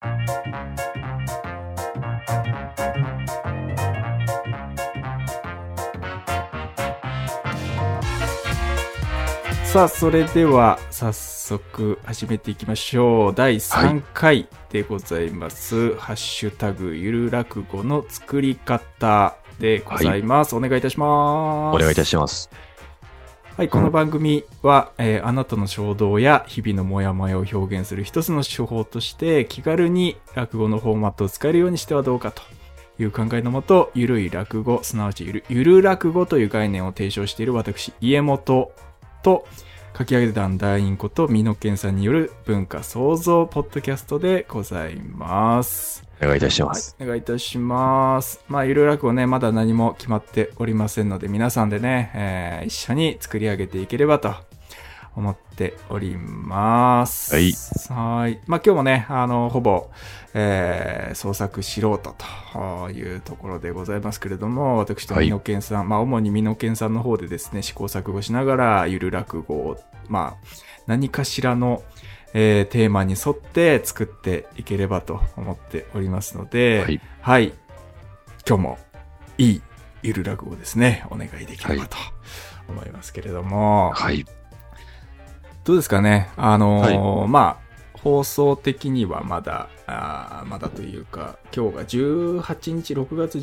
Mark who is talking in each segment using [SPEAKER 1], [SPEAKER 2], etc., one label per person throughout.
[SPEAKER 1] さあ、それでは早速始めていきましょう。第3回でございます。ハッシュタグゆる落語の作り方でございます。お願いいたします。
[SPEAKER 2] お願いいたします。
[SPEAKER 1] はい、この番組は、あなたの衝動や日々のモヤモヤを表現する一つの手法として気軽に落語のフォーマットを使えるようにしてはどうかという考えのもと、ゆるい落語、すなわちゆる落語という概念を提唱している私、家元と書き上げ団団員こと美濃健さんによる文化創造ポッドキャストでございます。
[SPEAKER 2] お願いいたします。
[SPEAKER 1] はい、お願いいたします。ゆる落語ね、まだ何も決まっておりませんので、皆さんでね、一緒に作り上げていければと思っております。
[SPEAKER 2] はい。
[SPEAKER 1] はい。今日もね、ほぼ、創作素人というところでございますけれども、私と美濃健さん、主に美濃健さんの方でですね、試行錯誤しながら、ゆる落語を、何かしらの、テーマに沿って作っていければと思っておりますので、
[SPEAKER 2] はい。
[SPEAKER 1] はい、今日もいいゆる落語ですね、お願いできればと思いますけれども、
[SPEAKER 2] はい。
[SPEAKER 1] どうですかね。放送的にはまだというか、今日が18日、6月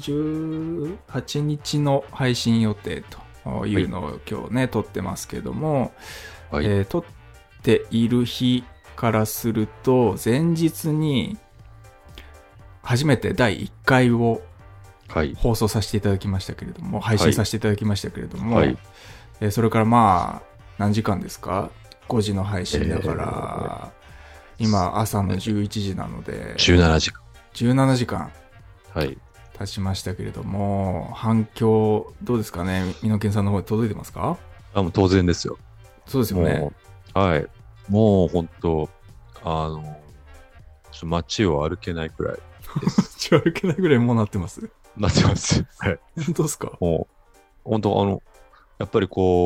[SPEAKER 1] 18日の配信予定というのを今日ね、撮ってますけども、
[SPEAKER 2] はい。
[SPEAKER 1] 撮っている日からすると、前日に初めて第1回を放送させていただきましたけれども、配信させていただきましたけれども、
[SPEAKER 2] はい。
[SPEAKER 1] それから何時間ですか？5時の配信だから、今朝の11時なので
[SPEAKER 2] 17時間。
[SPEAKER 1] 17時間
[SPEAKER 2] はい。
[SPEAKER 1] 経ちましたけれども、反響どうですかね？美濃健さんの方に届いてますか？
[SPEAKER 2] もう当然ですよ。
[SPEAKER 1] そうですよね。
[SPEAKER 2] はい。もう本当街を歩けないくらいです。
[SPEAKER 1] 街を歩けないぐらいもうなってます。
[SPEAKER 2] なってます。はい。
[SPEAKER 1] 本当ですか？
[SPEAKER 2] もう、本当やっぱり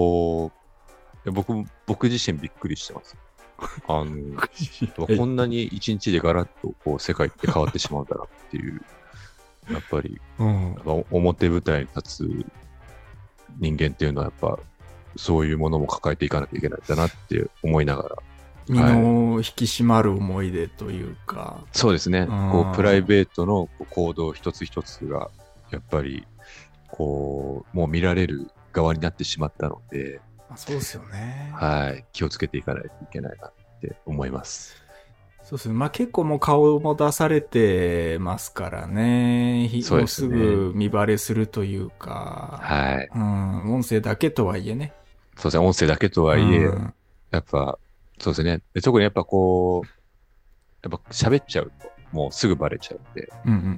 [SPEAKER 2] 僕自身びっくりしてます。こんなに一日でガラッと世界って変わってしまうんだなっていう、やっぱり、表舞台に立つ人間っていうのはやっぱそういうものも抱えていかなきゃいけないんだなって思いながら。
[SPEAKER 1] 身の引き締まる思い出というか。
[SPEAKER 2] そうですね。プライベートの行動一つ一つが、やっぱり、もう見られる側になってしまったので、
[SPEAKER 1] そうですよね。
[SPEAKER 2] はい。気をつけていかないといけないなって思います。
[SPEAKER 1] そうですね。結構もう顔も出されてますからね。
[SPEAKER 2] そうですね。
[SPEAKER 1] もうすぐ見バレするというか。
[SPEAKER 2] はい。
[SPEAKER 1] 音声だけとはいえね。
[SPEAKER 2] そうですね。音声だけとはいえ、やっぱ、そうですね。特にやっぱやっぱ喋っちゃうと、もうすぐバレちゃうんで、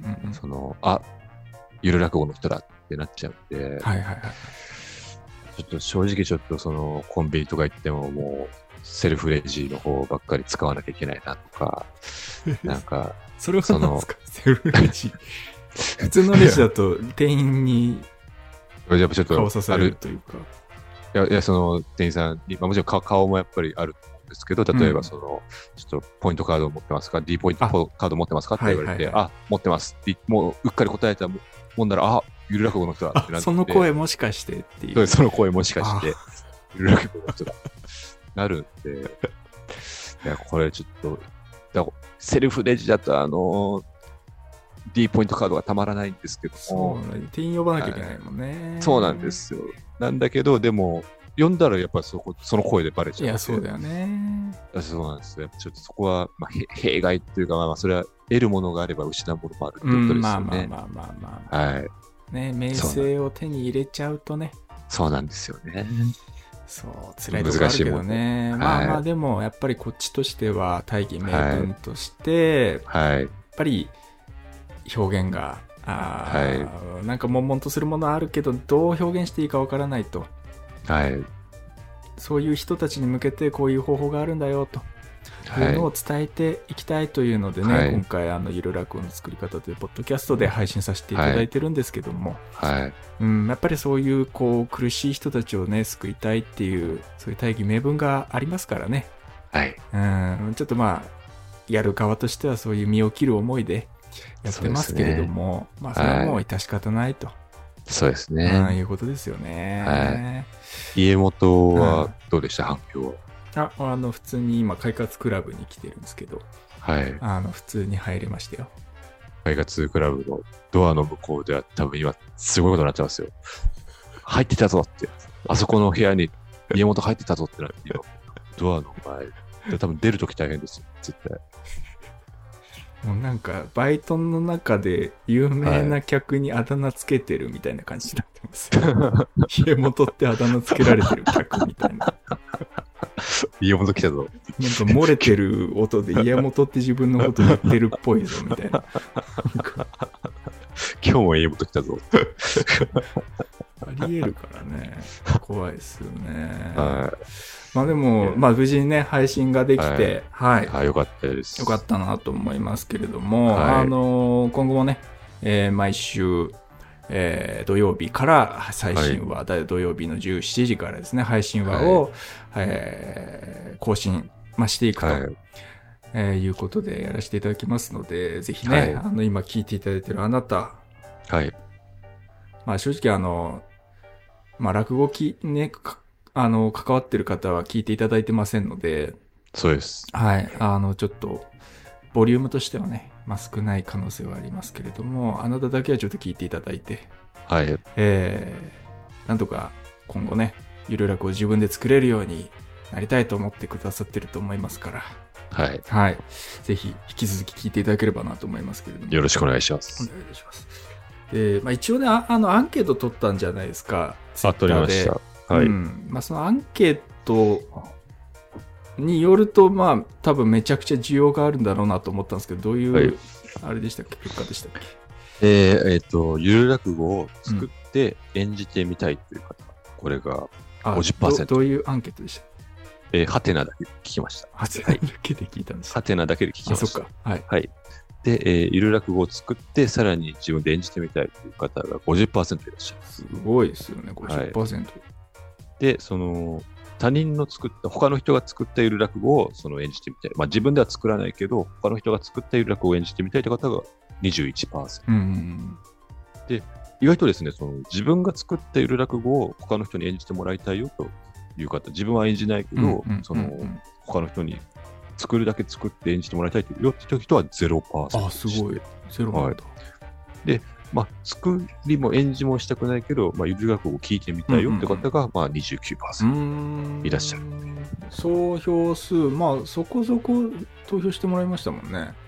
[SPEAKER 2] ゆる落語の人だってなっちゃうんで、ちょっと正直コンビニとか行ってももうセルフレジの方ばっかり使わなきゃいけないなとか、なんか、
[SPEAKER 1] それは何ですか？セルフレジ。普通のレジだと店員に顔させるというか。
[SPEAKER 2] 店員さんに、もちろん顔もやっぱりあると思うんですけど、例えばちょっとポイントカードを持ってますか？ D ポイントカード持ってますかって言われて、持ってますって、もううっかり答えたもんなら、ゆる落語の人だってなって。
[SPEAKER 1] その声もしかしてっていう。
[SPEAKER 2] その声もしかして、ゆる落語の人だ。なるんで、いや、これちょっと、セルフレジだとD ポイントカードがたまらないんですけども。
[SPEAKER 1] 店員呼ばなきゃいけないもんね。
[SPEAKER 2] そうなんですよ。なんだけど、でも、呼んだらやっぱりその声でバレちゃう。
[SPEAKER 1] いや、そうだよね。
[SPEAKER 2] そうなんですよ。ちょっとそこは、弊害というか、それは得るものがあれば失うものもあるってことですよね。はい。
[SPEAKER 1] ね、名声を手に入れちゃうとね。
[SPEAKER 2] そうなんですよね。
[SPEAKER 1] そう、辛いところあるけどね。でも、やっぱりこっちとしては大義名分として、やっぱり表現が、なんか悶々とするものあるけど、どう表現していいかわからないと。そういう人たちに向けてこういう方法があるんだよというのを伝えていきたいというのでね、今回ゆる落語の作り方というポッドキャストで配信させていただいてるんですけども、やっぱりそういう苦しい人たちをね救いたいっていうそういう大義名分がありますからね。ちょっとやる側としてはそういう身を切る思いでやってますけれども、まあそれはもう致し方ないと。
[SPEAKER 2] そうですね。
[SPEAKER 1] いうことですよね。
[SPEAKER 2] 家元はどうでした、反響は。
[SPEAKER 1] 普通に今、快活クラブに来てるんですけど、
[SPEAKER 2] はい。
[SPEAKER 1] 普通に入れましたよ。
[SPEAKER 2] 快活クラブのドアの向こうでは多分今、すごいことになってますよ。入ってたぞって。あそこの部屋に家元入ってたぞってなって、ドアの前。多分出るとき大変ですよ、絶対。
[SPEAKER 1] もうなんか、バイトの中で有名な客にあだ名つけてるみたいな感じになってますよ。家元ってあだ名つけられてる客みたいな。
[SPEAKER 2] 家元来たぞ。
[SPEAKER 1] なんか漏れてる音で家元って自分のこと言ってるっぽいぞみたいな。
[SPEAKER 2] 今日も家元来たぞ。
[SPEAKER 1] ありえるからね。怖いですよね。
[SPEAKER 2] はい。
[SPEAKER 1] まあでも、まあ無事にね、配信ができて、はい。
[SPEAKER 2] よかったです。
[SPEAKER 1] よかったなと思いますけれども、今後もね、毎週、土曜日から最新話、土曜日の17時からですね、配信話を、更新、していくと、いうことでやらせていただきますので、ぜひね、今聞いていただいているあなた、まあ正直落語ね、関わってる方は聞いていただいてませんので、
[SPEAKER 2] そうです。
[SPEAKER 1] はい。ちょっと、ボリュームとしてはね、少ない可能性はありますけれども、あなただけはちょっと聞いていただいて、
[SPEAKER 2] はい。
[SPEAKER 1] なんとか今後ね、ゆる落語を自分で作れるようになりたいと思ってくださってると思いますから、
[SPEAKER 2] はい。
[SPEAKER 1] はい。ぜひ、引き続き聞いていただければなと思いますけれども。
[SPEAKER 2] よろしくお願いします。
[SPEAKER 1] お願いします。一応ね、アンケート取ったんじゃないですか。
[SPEAKER 2] 取りました。はい。
[SPEAKER 1] そのアンケートによると、多分めちゃくちゃ需要があるんだろうなと思ったんですけど、どういう、あれでしたっけ、結果でしたっ
[SPEAKER 2] け。ゆる落語を作って演じてみたいという方、これが 50%。
[SPEAKER 1] どういうアンケートでした
[SPEAKER 2] ハテナだけ聞きました。
[SPEAKER 1] ハテナだけで聞いたんです
[SPEAKER 2] ハテナだけで聞きました。
[SPEAKER 1] そっか。はい。
[SPEAKER 2] はい。で、ゆる落語を作って、さらに自分で演じてみたいという方が 50% いらっしゃいます。
[SPEAKER 1] すごいですよね、50%。
[SPEAKER 2] で、他人の作った、他の人が作ったゆる落語を演じてみたい。自分では作らないけど、他の人が作ったゆる落語を演じてみたいという方が 21%。で、意外とですね、自分が作ったゆる落語を他の人に演じてもらいたいよという方、自分は演じないけど、他の人に作るだけ作って演じてもらいたいという人は 0%。
[SPEAKER 1] あ、すごい。0%。はい。
[SPEAKER 2] で、作りも演じもしたくないけど、ゆる落語を聞いてみたいよって方が、29% いらっしゃる。
[SPEAKER 1] 総票数、そこそこ投票してもらいましたもんね。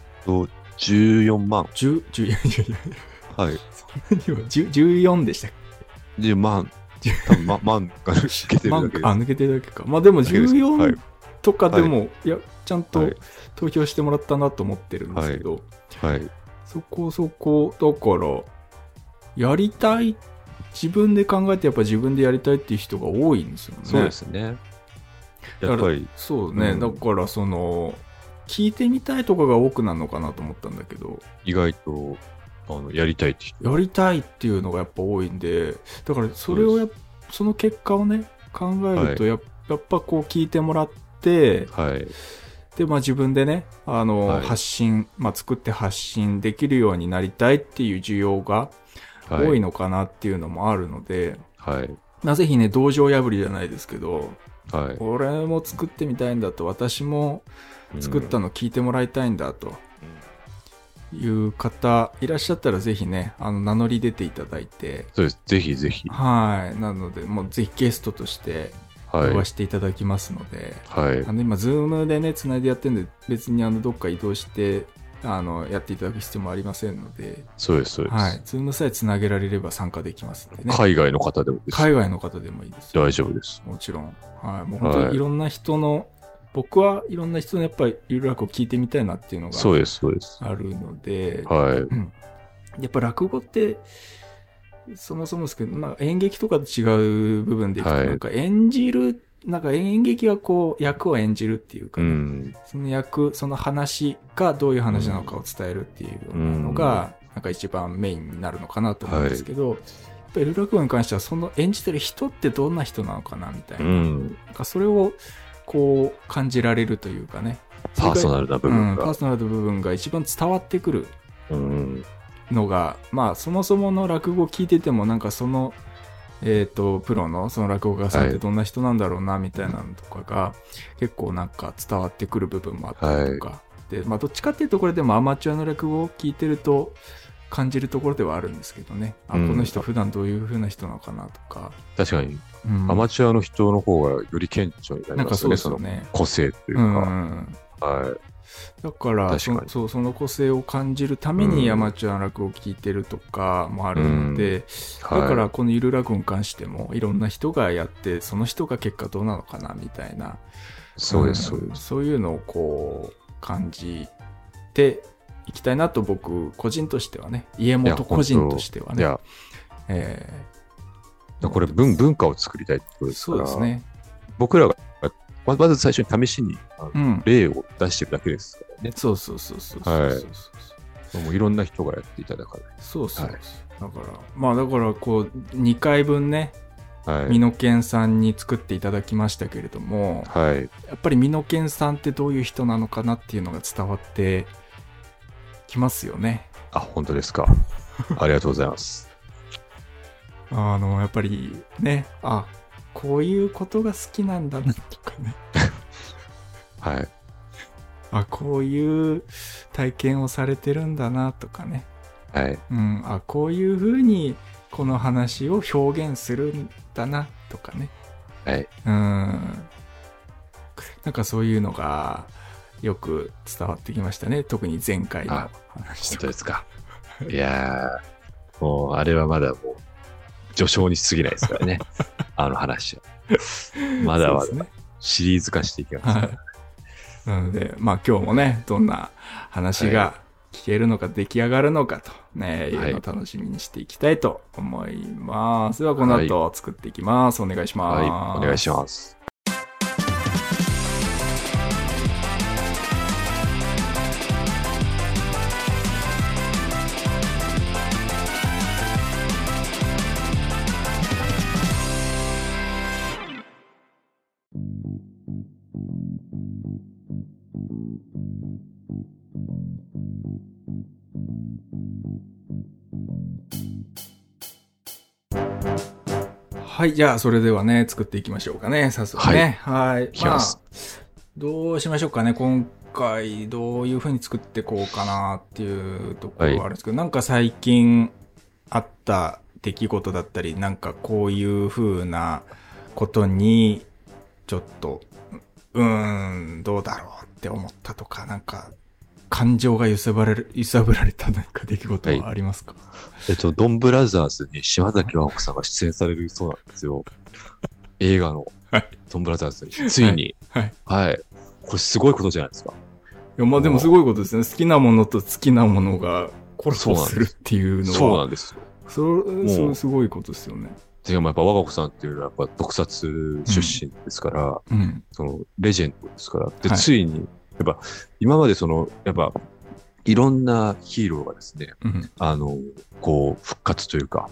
[SPEAKER 2] 14万。
[SPEAKER 1] はい。そんなには、14でしたっ
[SPEAKER 2] け ?10 万。多分万が抜けてるだけです。
[SPEAKER 1] 抜けてるだけか。でも14とかでも、ちゃんと投票してもらったなと思ってるんですけど、そこそこ、だから、やりたい、自分で考えてやっぱ自分でやりたいっていう人が多いんですよね。
[SPEAKER 2] そうですね。やっぱり。
[SPEAKER 1] そうね。だから、聞いてみたいとかが多くなるのかなと思ったんだけど。
[SPEAKER 2] 意外と、やりたいって人。
[SPEAKER 1] やりたいっていうのがやっぱ多いんで、だからそれをその結果をね、考えるとやっぱこう聞いてもらって、で、自分でね、発信、作って発信できるようになりたいっていう需要が多いのかなっていうのもあるので、ぜひね、道場破りじゃないですけど、俺も作ってみたいんだと、私も作ったの聞いてもらいたいんだという方いらっしゃったら、ぜひね、名乗り出ていただいて。
[SPEAKER 2] そうです。ぜひぜひ。
[SPEAKER 1] はい。なので、もうぜひゲストとして、呼ばせていただきますので、今、ズームでね、つないでやってるんで、別にどっか移動して、やっていただく必要もありませんので、
[SPEAKER 2] そうです、そうです。
[SPEAKER 1] はい。ズームさえつなげられれば参加できますんでね。
[SPEAKER 2] 海外の方でもです。
[SPEAKER 1] 海外の方でもいいです。
[SPEAKER 2] 大丈夫です。
[SPEAKER 1] もちろん。はい。もう本当にいろんな人の、僕はいろんな人のやっぱりゆる落語を聞いてみたいなっていうのがあるので、やっぱ落語って、そもそもですけど、演劇とかと違う部分でいくと、なんか演劇はこう、役を演じるっていうか、その役、その話がどういう話なのかを伝えるっていうのが、なんか一番メインになるのかなと思うんですけど、やっぱりゆる落語に関しては、その演じてる人ってどんな人なのかなみたいな、なんかそれをこう感じられるというかね、
[SPEAKER 2] パーソナルな部分が、
[SPEAKER 1] パーソナルな部分が一番伝わってくるのが、まあそもそもの落語を聞いててもなんかそのプロのその落語家さんってどんな人なんだろうなみたいなのとかが結構なんか伝わってくる部分もあったりとか、でまあどっちかっていうとこれでもアマチュアの落語を聞いてると感じるところではあるんですけどね、この人普段どういう風な人なのかなとか。
[SPEAKER 2] 確かに、アマチュアの人の方がより顕著になりますよね。その個性というか、
[SPEAKER 1] だからその個性を感じるためにアマチュアの落語を聞いてるとかもあるので、だからこのゆる落語に関してもいろんな人がやってその人が結果どうなのかなみたいな、そういうのをこう感じていきたいなと僕個人としてはね、家元個人としてはね、
[SPEAKER 2] これ文化を作りたいってことですから、そうですね、僕らがまず最初に試しに例を出してるだけですからね。そう。もういろんな人がやっていただかない。そう。だから
[SPEAKER 1] こう2回分ね、美濃健さんに作っていただきましたけれども、やっぱり美濃健さんってどういう人なのかなっていうのが伝わってきますよね。
[SPEAKER 2] あ、本当ですか。ありがとうございます。
[SPEAKER 1] やっぱりね、こういうことが好きなんだなとかね。こういう体験をされてるんだなとかね。こういうふうにこの話を表現するんだなとかね。なんかそういうのがよく伝わってきましたね。特に前回の話とか。
[SPEAKER 2] 本当ですか。いやー、もうあれはまだもう序章に過ぎないですからね。あの話は。まだまだシリーズ化していきます。
[SPEAKER 1] なので、まあ今日もね、どんな話が聞けるのか、出来上がるのかとね、いうのを楽しみにしていきたいと思います。ではこの後作っていきます。お願いします。
[SPEAKER 2] お願いします。
[SPEAKER 1] はい、じゃあそれではね、作っていきましょうかね、早速ね。はい。どうしましょうかね、今回どういう風に作っていこうかなっていうところはあるんですけど、なんか最近あった出来事だったり、なんかこういう風なことにちょっとどうだろうって思ったとか、なんか感情が揺さぶられた何か出来事はありますか？
[SPEAKER 2] ドンブラザーズに島崎和歌子さんが出演されるそうなんですよ。映画のドンブラザーズに。ついに。はい。これすごいことじゃないですか。
[SPEAKER 1] いや、まあでもすごいことですね。好きなものと好きなものがコラボするっていうのは。
[SPEAKER 2] そうなんですよ。
[SPEAKER 1] それすごいことですよね。
[SPEAKER 2] でもやっぱ和歌子さんっていうのはやっぱ特撮出身ですから、そのレジェンドですから。で、ついに、やっぱ今までやっぱいろんなヒーローがですね、こう復活というか、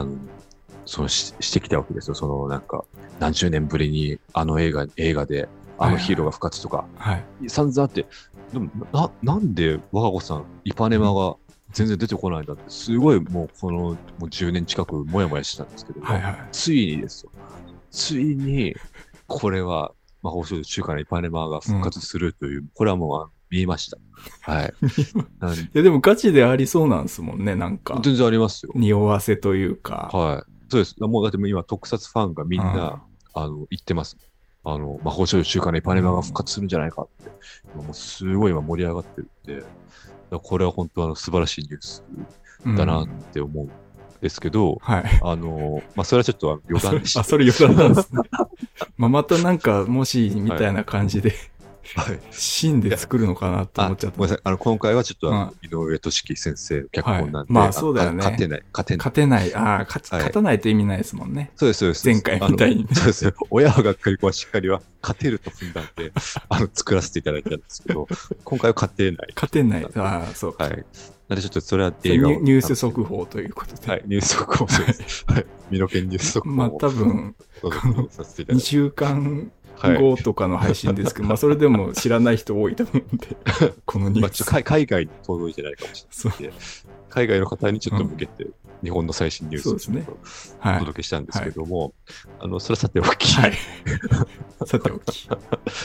[SPEAKER 2] してきたわけですよ。なんか何十年ぶりに映画でヒーローが復活とか、散々あって、でもなんで和歌子さんイパネマが全然出てこないんだってすごいもう10年近くもやもやしてたんですけど、ついにですよ。ついにこれは魔法少女中華のイパネマが復活するという、これはもう見えました。はい。
[SPEAKER 1] いやでもガチでありそうなんですもんね、なんか。
[SPEAKER 2] 全然ありますよ。
[SPEAKER 1] 匂わせというか。
[SPEAKER 2] はい。そうです。もうだって今特撮ファンがみんな、言ってます。魔法少女中華のイパネマが復活するんじゃないかって。もうすごい今盛り上がってるんで、これは本当素晴らしいニュースだなって思うんですけど、それはちょっと余談でした。
[SPEAKER 1] それ余談なんですね。またなんか、もし、みたいな感じで、シーンで作るのかなと思っちゃった。
[SPEAKER 2] ごめんなさい。今回はちょっと井上俊樹先生の脚本なんで、
[SPEAKER 1] まあそうだよね。
[SPEAKER 2] 勝てない。
[SPEAKER 1] 勝たないと意味ないですもんね。
[SPEAKER 2] そうです、そうです。
[SPEAKER 1] 前回みたいに。
[SPEAKER 2] そうですよ。親はがっかり子はしっかりは勝てると踏んだんで、作らせていただいたんですけど、今回は勝てない。
[SPEAKER 1] 勝てない。そう。
[SPEAKER 2] はい。なのでちょっとそれは映画を。
[SPEAKER 1] ニュース速報ということで。
[SPEAKER 2] はい、ニュース速報です。はい。美濃県ニュース速報。
[SPEAKER 1] まあ多分、2週間後とかの配信ですけど、まあそれでも知らない人多いと思うんで、このニュース。
[SPEAKER 2] 海外に届いてないかもしれない。海外の方にちょっと向けて、日本の最新ニュースをちょっとお届けしたんですけども、それはさておき。
[SPEAKER 1] はい。さておき。
[SPEAKER 2] 昨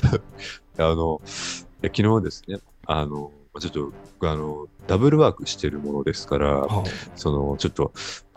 [SPEAKER 2] 日ですね、ちょっと、ダブルワークしてるものですから、ちょっと、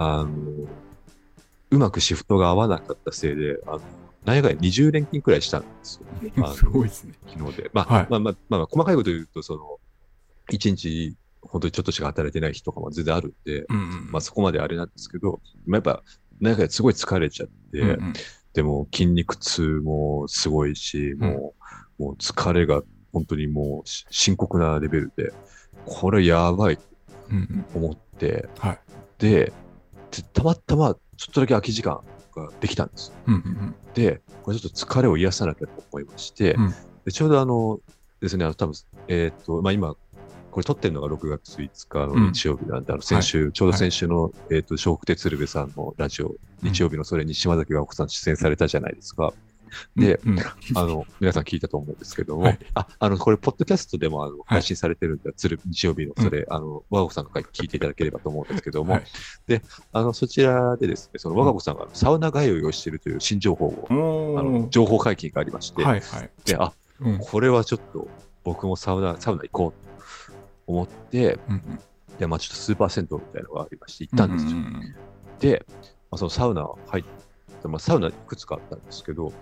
[SPEAKER 2] うまくシフトが合わなかったせいで、何やかんや20連勤くらいしたんですよ。
[SPEAKER 1] すごいですね。
[SPEAKER 2] 昨日で。まあ、細かいこと言うと、1日、本当にちょっとしか働いてない日とかも全然あるんで、まあそこまであれなんですけど、やっぱ、何やかんやすごい疲れちゃって、でも筋肉痛もすごいし、もう疲れが本当にもう深刻なレベルで、これやばいと思って、で、たまたまちょっとだけ空き時間ができたんです。で、これちょっと疲れを癒さなきゃと思いまして、でちょうどですね、多分、まあ今、これ撮ってるのが6月5日の日曜日なんで、先週、ちょうど先週の、笑福亭鶴瓶さんのラジオ、日曜日のそれに島崎和子さん出演されたじゃないですか。で、皆さん聞いたと思うんですけども、これ、ポッドキャストでも配信されてるんで、日曜日のそれ、和子さんの回聞いていただければと思うんですけども、で、そちらでですね、その和子さんがサウナ通いをしているという新情報を、情報解禁がありまして、で、これはちょっと僕もサウナ行こうと思って、で、まあちょっとスーパー銭湯みたいなのがありまして、行ったんですよ。で、そのサウナ入って、サウナいくつかあったんですけど、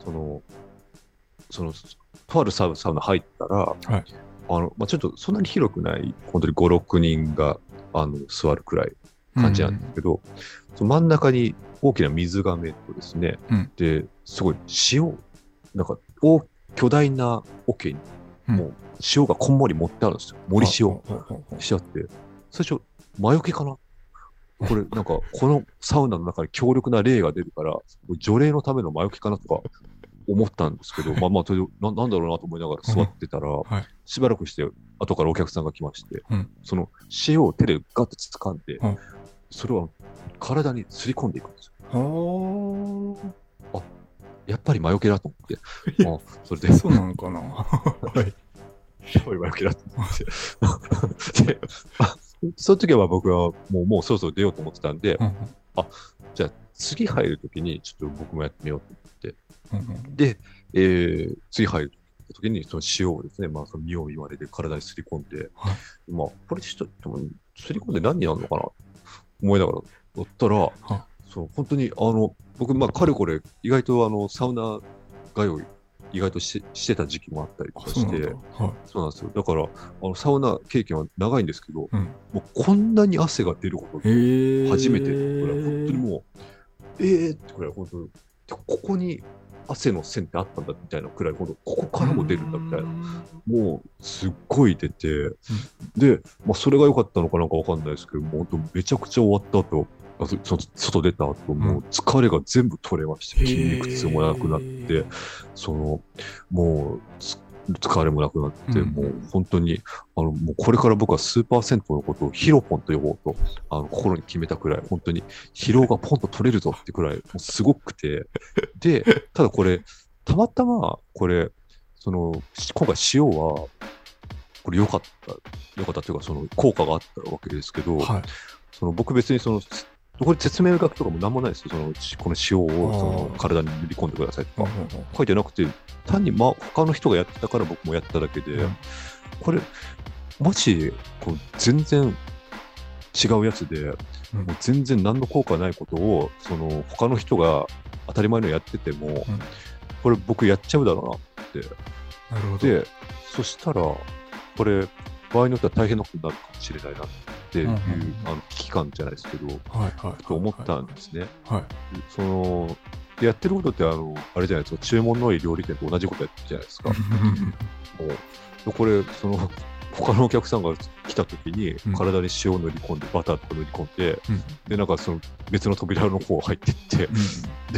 [SPEAKER 2] とあるサウナ入ったら、ちょっとそんなに広くない、本当に5、6人が座るくらい感じなんですけど、その真ん中に大きな水がめとですね、で、すごいなんか巨大な桶に、もう塩がこんもり盛ってあるんですよ。盛り塩しちゃって、最初、魔除けかなこれ、なんか、このサウナの中に強力な霊が出るから、除霊のための魔除けかなとか思ったんですけど、なんだろうなと思いながら座ってたら、しばらくして後からお客さんが来まして、その塩を手でガッと掴んで、それを体にすり込んでいくんですよ。やっぱり魔除けだと思って、それで。
[SPEAKER 1] そうなのかなはい。
[SPEAKER 2] やっぱり魔除けだと思って。で、その時は僕はもうそろそろ出ようと思ってたんで、じゃあ次入るときにちょっと僕もやってみようと思って、で、次入るときにその塩をですね、その匂いまでで体にすり込んで、これちょっとすり込んで何になるのかなと思いながら乗ったら、本当に僕、かれこれ意外とサウナ通い意外としてた時期もあったりとかして、そうなんですよ。だから、サウナ経験は長いんですけど、もうこんなに汗が出ること初めて、これは本当にもう、ってこれは本当に、ここに汗の線ってあったんだみたいなくらい、ここからも出るんだみたいな、もうすっごい出て、で、それが良かったのかなんかわかんないですけど、もう本当めちゃくちゃ終わった後、外出た後、もう疲れが全部取れまして、筋肉痛もなくなって、もう疲れもなくなって、もう本当に、もうこれから僕はスーパー銭湯のことをヒロポンと呼ぼうと、心に決めたくらい、本当に疲労がポンと取れるぞってくらい、もうすごくて、で、ただこれ、たまたま、これ、今回塩は、これ良かったというか、効果があったわけですけど、僕別にこれ説明書きとかもなんもないですよ。この塩を体に塗り込んでくださいとか書いてなくて、単に他の人がやってたから僕もやっただけで、これ、もし全然違うやつで、もう全然何の効果ないことを、他の人が当たり前のやってても、これ僕やっちゃうだろうなって。
[SPEAKER 1] なるほど。
[SPEAKER 2] で、そしたら、これ、場合によっては大変なことになるかもしれないなっていう、危機感じゃないですけど、と思ったんですね。でやってることって、あれじゃないですか、注文の多い料理店と同じことやってるじゃないですか。これ、他のお客さんが来た時に、体に塩を塗り込んで、バターとか塗り込んで、で、なんか別の扉の方入っていって、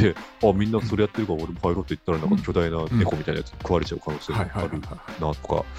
[SPEAKER 2] で、みんなそれやってるから俺も入ろうと言ったら、なんか巨大な猫みたいなやつ食われちゃう可能性があるなとか、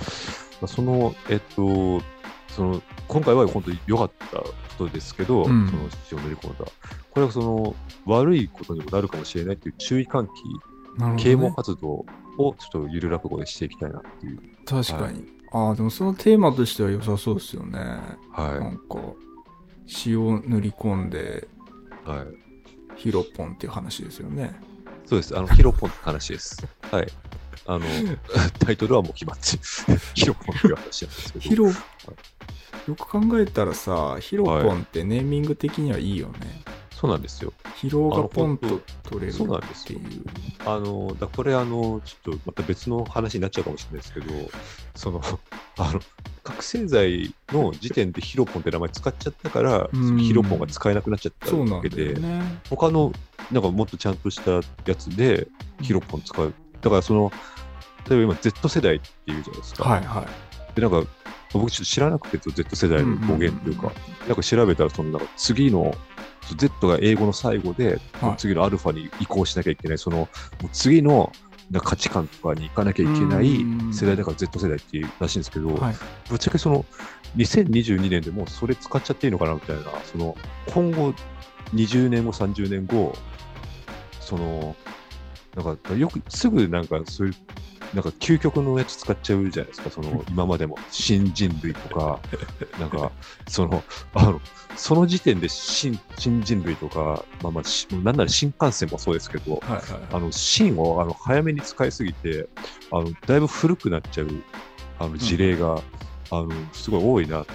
[SPEAKER 2] 今回は本当に良かったことですけど、塩塗り込んだ。これは悪いことにもなるかもしれないっていう注意喚起啓蒙活動をちょっとゆる落語でしていきたいなっていう。
[SPEAKER 1] 確かに。はい、でもそのテーマとしては良さそうですよね。
[SPEAKER 2] はい。
[SPEAKER 1] なんか、塩塗り込んで、
[SPEAKER 2] はい。
[SPEAKER 1] ヒロポンっていう話ですよね。
[SPEAKER 2] そうです。ヒロポンって話です。はい。タイトルはもう決まって、ヒロポンっていう話なんですけど。
[SPEAKER 1] よく考えたらさ、ヒロポンってネーミング的にはいいよね。
[SPEAKER 2] そうなんですよ。
[SPEAKER 1] 疲労がポンと取れるっていう。
[SPEAKER 2] そうなんですよ。これちょっとまた別の話になっちゃうかもしれないですけど、覚醒剤の時点でヒロポンって名前使っちゃったから、ヒロポンが使えなくなっちゃったわけで、
[SPEAKER 1] ね、
[SPEAKER 2] 他のなんかもっとちゃんとしたやつでヒロポン使う。だから例えば今 Z 世代っていうじゃないですか。
[SPEAKER 1] はいはい。
[SPEAKER 2] で、なんか僕ちょっと知らなくて Z 世代の語源というか、なんか調べたらなんか次のZ が英語の最後で、次のアルファに移行しなきゃいけない、もう次の価値観とかに行かなきゃいけない世代だから Z 世代っていうらしいんですけど、ぶっちゃけ2022年でもうそれ使っちゃっていいのかなみたいな、今後20年後、30年後、なんかよくすぐなんかそういう、なんか究極のやつ使っちゃうじゃないですか、今までも新人類とか、なんか、その時点で新人類とか、なんなら新幹線もそうですけど、新を早めに使いすぎて、だいぶ古くなっちゃう事例が、すごい多いなって、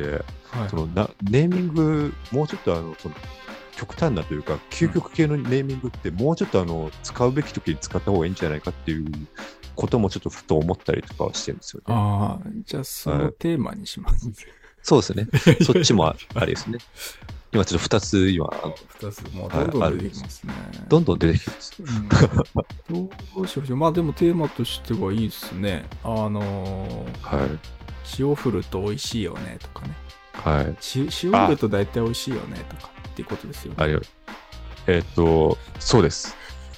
[SPEAKER 2] ネーミング、もうちょっと極端なというか、究極系のネーミングって、もうちょっと使うべき時に使った方がいいんじゃないかっていうこともちょっとふと思ったりとかはしてるんですよね。
[SPEAKER 1] じゃあそのテーマにします。
[SPEAKER 2] そうですね。そっちもありですね。今ちょっと2つ
[SPEAKER 1] 2つもうどんどん出てきますね。
[SPEAKER 2] どんどん出てきます。
[SPEAKER 1] どうしましょう。まあでもテーマとしてはいいですね。塩振ると美味しいよねとかね。
[SPEAKER 2] はい。
[SPEAKER 1] 塩振ると大体美味しいよねとかっていうことですよね。
[SPEAKER 2] そうです。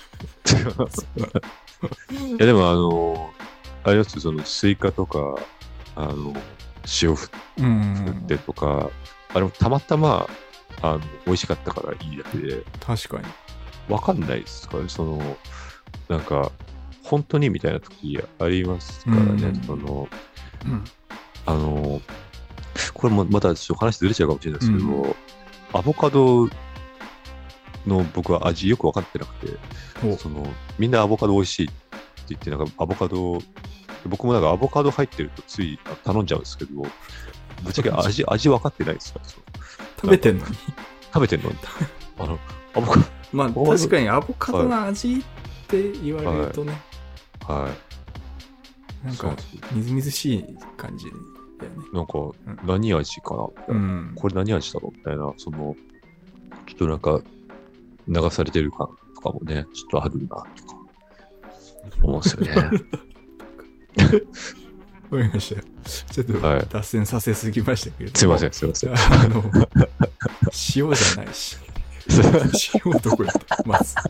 [SPEAKER 2] いやでもあれですよ、スイカとか塩振ってとか、あれもたまたま美味しかったからいいだけで、
[SPEAKER 1] 確かに
[SPEAKER 2] わかんないですかね、なんか本当にみたいな時ありますからね。これもまたちょっと話ずれちゃうかもしれないですけど、アボカドの僕は味よく分かってなくて、みんなアボカド美味しいって言って、なんかアボカド、僕もなんかアボカド入ってるとつい頼んじゃうんですけど、ぶっちゃけ味分かってないですか？
[SPEAKER 1] 食べてんのに
[SPEAKER 2] アボカド。
[SPEAKER 1] まあ確かにアボカドの味って言われるとね。なんかみずみずしい感じだよね。
[SPEAKER 2] なんか何味かな、これ何味だろうみたいな、ちょっとなんか流されてる感とかもね、ちょっとあるなとか思うんですよね。
[SPEAKER 1] わかりました。ちょっと脱線させすぎましたけれども、
[SPEAKER 2] すいません。
[SPEAKER 1] 塩じゃないし。塩どこ行ったまず。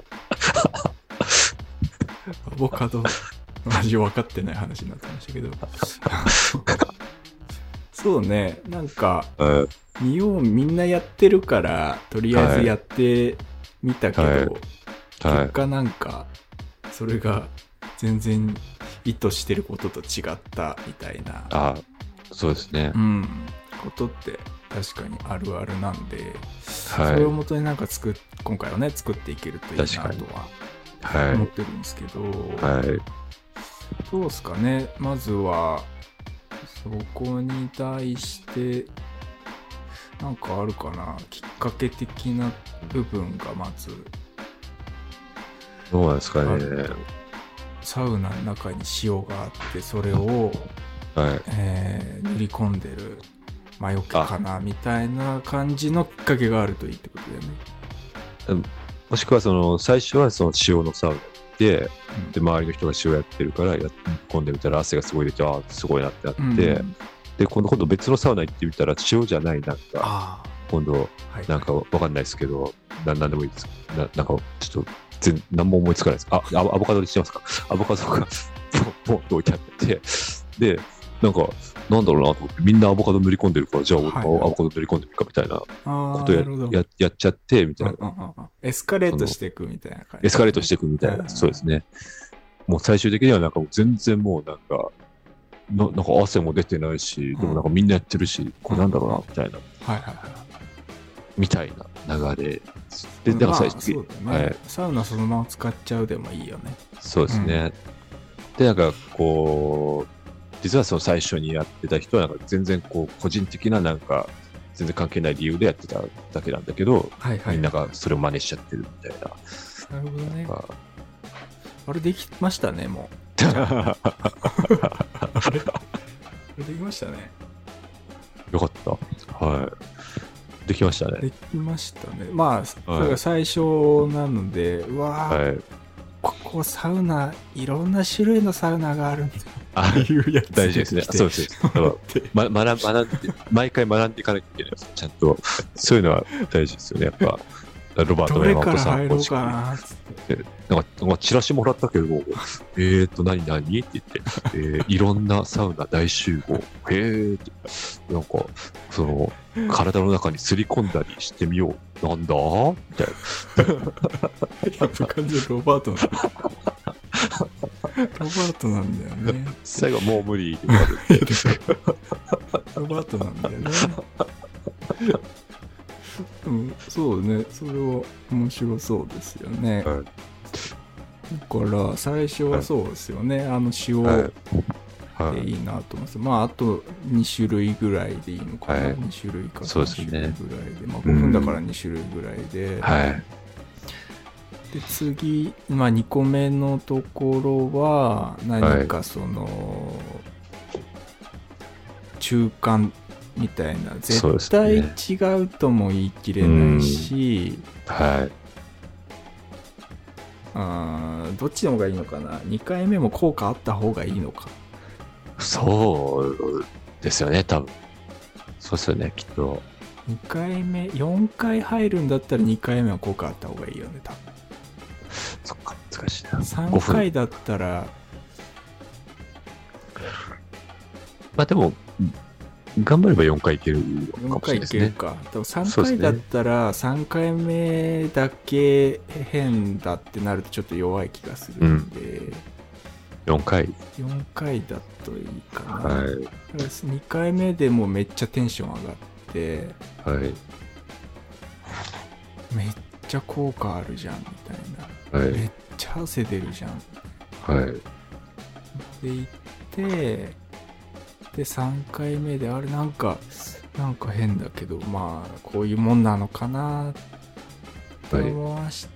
[SPEAKER 1] アボカドの味分かってない話になってましたけど。そうね、なんか、見ようみんなやってるから、とりあえずやってみたけど、結果なんか、それが全然意図してることと違ったみたいな。
[SPEAKER 2] そうですね。
[SPEAKER 1] ことって確かにあるあるなんで、それをもとになんか今回はね、作っていけるといいなとは思ってるんですけど、どうですかね、まずは、そこに対してなんかあるかな、きっかけ的な部分がまず
[SPEAKER 2] どうなんですかね。
[SPEAKER 1] サウナの中に塩があってそれを、塗り込んでる魔除けかなみたいな感じのきっかけがあるといいってことだよね。
[SPEAKER 2] もしくは最初は塩のサウナで周りの人が塩やってるからやって込んでみたら汗がすごい出て、すごいなってなって、で今度別のサウナ行ってみたら塩じゃないなんか今度なんかわかんないですけど、なんでもいいです。なんかちょっと何も思いつかないです。アボカドにしてますか？アボカドがポンと置いてあって、でなんかなんだろうなと思って、みんなアボカド塗り込んでるから、じゃあ俺もアボカド塗り込んでみるかみたいなことやっちゃって、みたいな。
[SPEAKER 1] エスカレートしていくみたいな感
[SPEAKER 2] じ。エスカレートしていくみたいな。そうですね。もう最終的にはなんかもう全然もうなんか汗も出てないし、でもなんかみんなやってるし、これなんだろうな、みたいな。みたいな流れ。で、だから最終的に。
[SPEAKER 1] サウナそのまま使っちゃうでもいいよね。
[SPEAKER 2] そうですね。で、なんかこう、実はその最初にやってた人はなんか全然こう個人的ななんか全然関係ない理由でやってただけなんだけど、みんながそれを真似しちゃってるみたいな。
[SPEAKER 1] なるほどね。あれできましたね、もう。あれできましたね。
[SPEAKER 2] よかった。はい。できましたね。
[SPEAKER 1] できましたね。まあ、それが最初なので、うわー、ここサウナ、いろんな種類のサウナがあるんだ。いうやつ
[SPEAKER 2] 大事ですね。そうです。学んで、毎回学んでいかなきゃいけないです。ちゃんと。そういうのは大事ですよね、やっぱ。ロバートの山本さん。
[SPEAKER 1] どれから入ろうかなつって。
[SPEAKER 2] なんかチラシもらったけど、何って言って、いろんなサウナ大集合。って、なんか、その、体の中にすり込んだりしてみよう。なんだみたいな。
[SPEAKER 1] やっぱ完全にロバートなんだ。ロバートなんだよね。
[SPEAKER 2] 最後もう無理って
[SPEAKER 1] ロバートなんだよね。そうね、それは面白そうですよね。だから最初はそうですよね、塩でいいなと思います。まああと2種類ぐらいでいいのかな、2種類か3種類ぐらいで、まあ5分だから2種類ぐらいで、で次、まあ2個目のところは何かその中間みたいな、絶対違うとも言い切れないし、どっちの方がいいのかな。2回目も効果あった方がいいのか。
[SPEAKER 2] そうですよね、多分。そうですよね、きっと。
[SPEAKER 1] 2回目、4回入るんだったら2回目は効果あった方がいいよね、多分。
[SPEAKER 2] そっか、難しいな。
[SPEAKER 1] 3回だったら、
[SPEAKER 2] まあでも、頑張れば4回いけるかもしれないですね。
[SPEAKER 1] 4回いけるか。でも3回だったら3回目だけ変だってなるとちょっと弱い気がするんで、
[SPEAKER 2] 4回
[SPEAKER 1] だといいかな。2回目でもめっちゃテンション上がって、めっちゃ効果あるじゃんみたいな。めっちゃ汗出るじゃん。で行って、で3回目であれなんか変だけど、まあこういうもんなのかなと思わして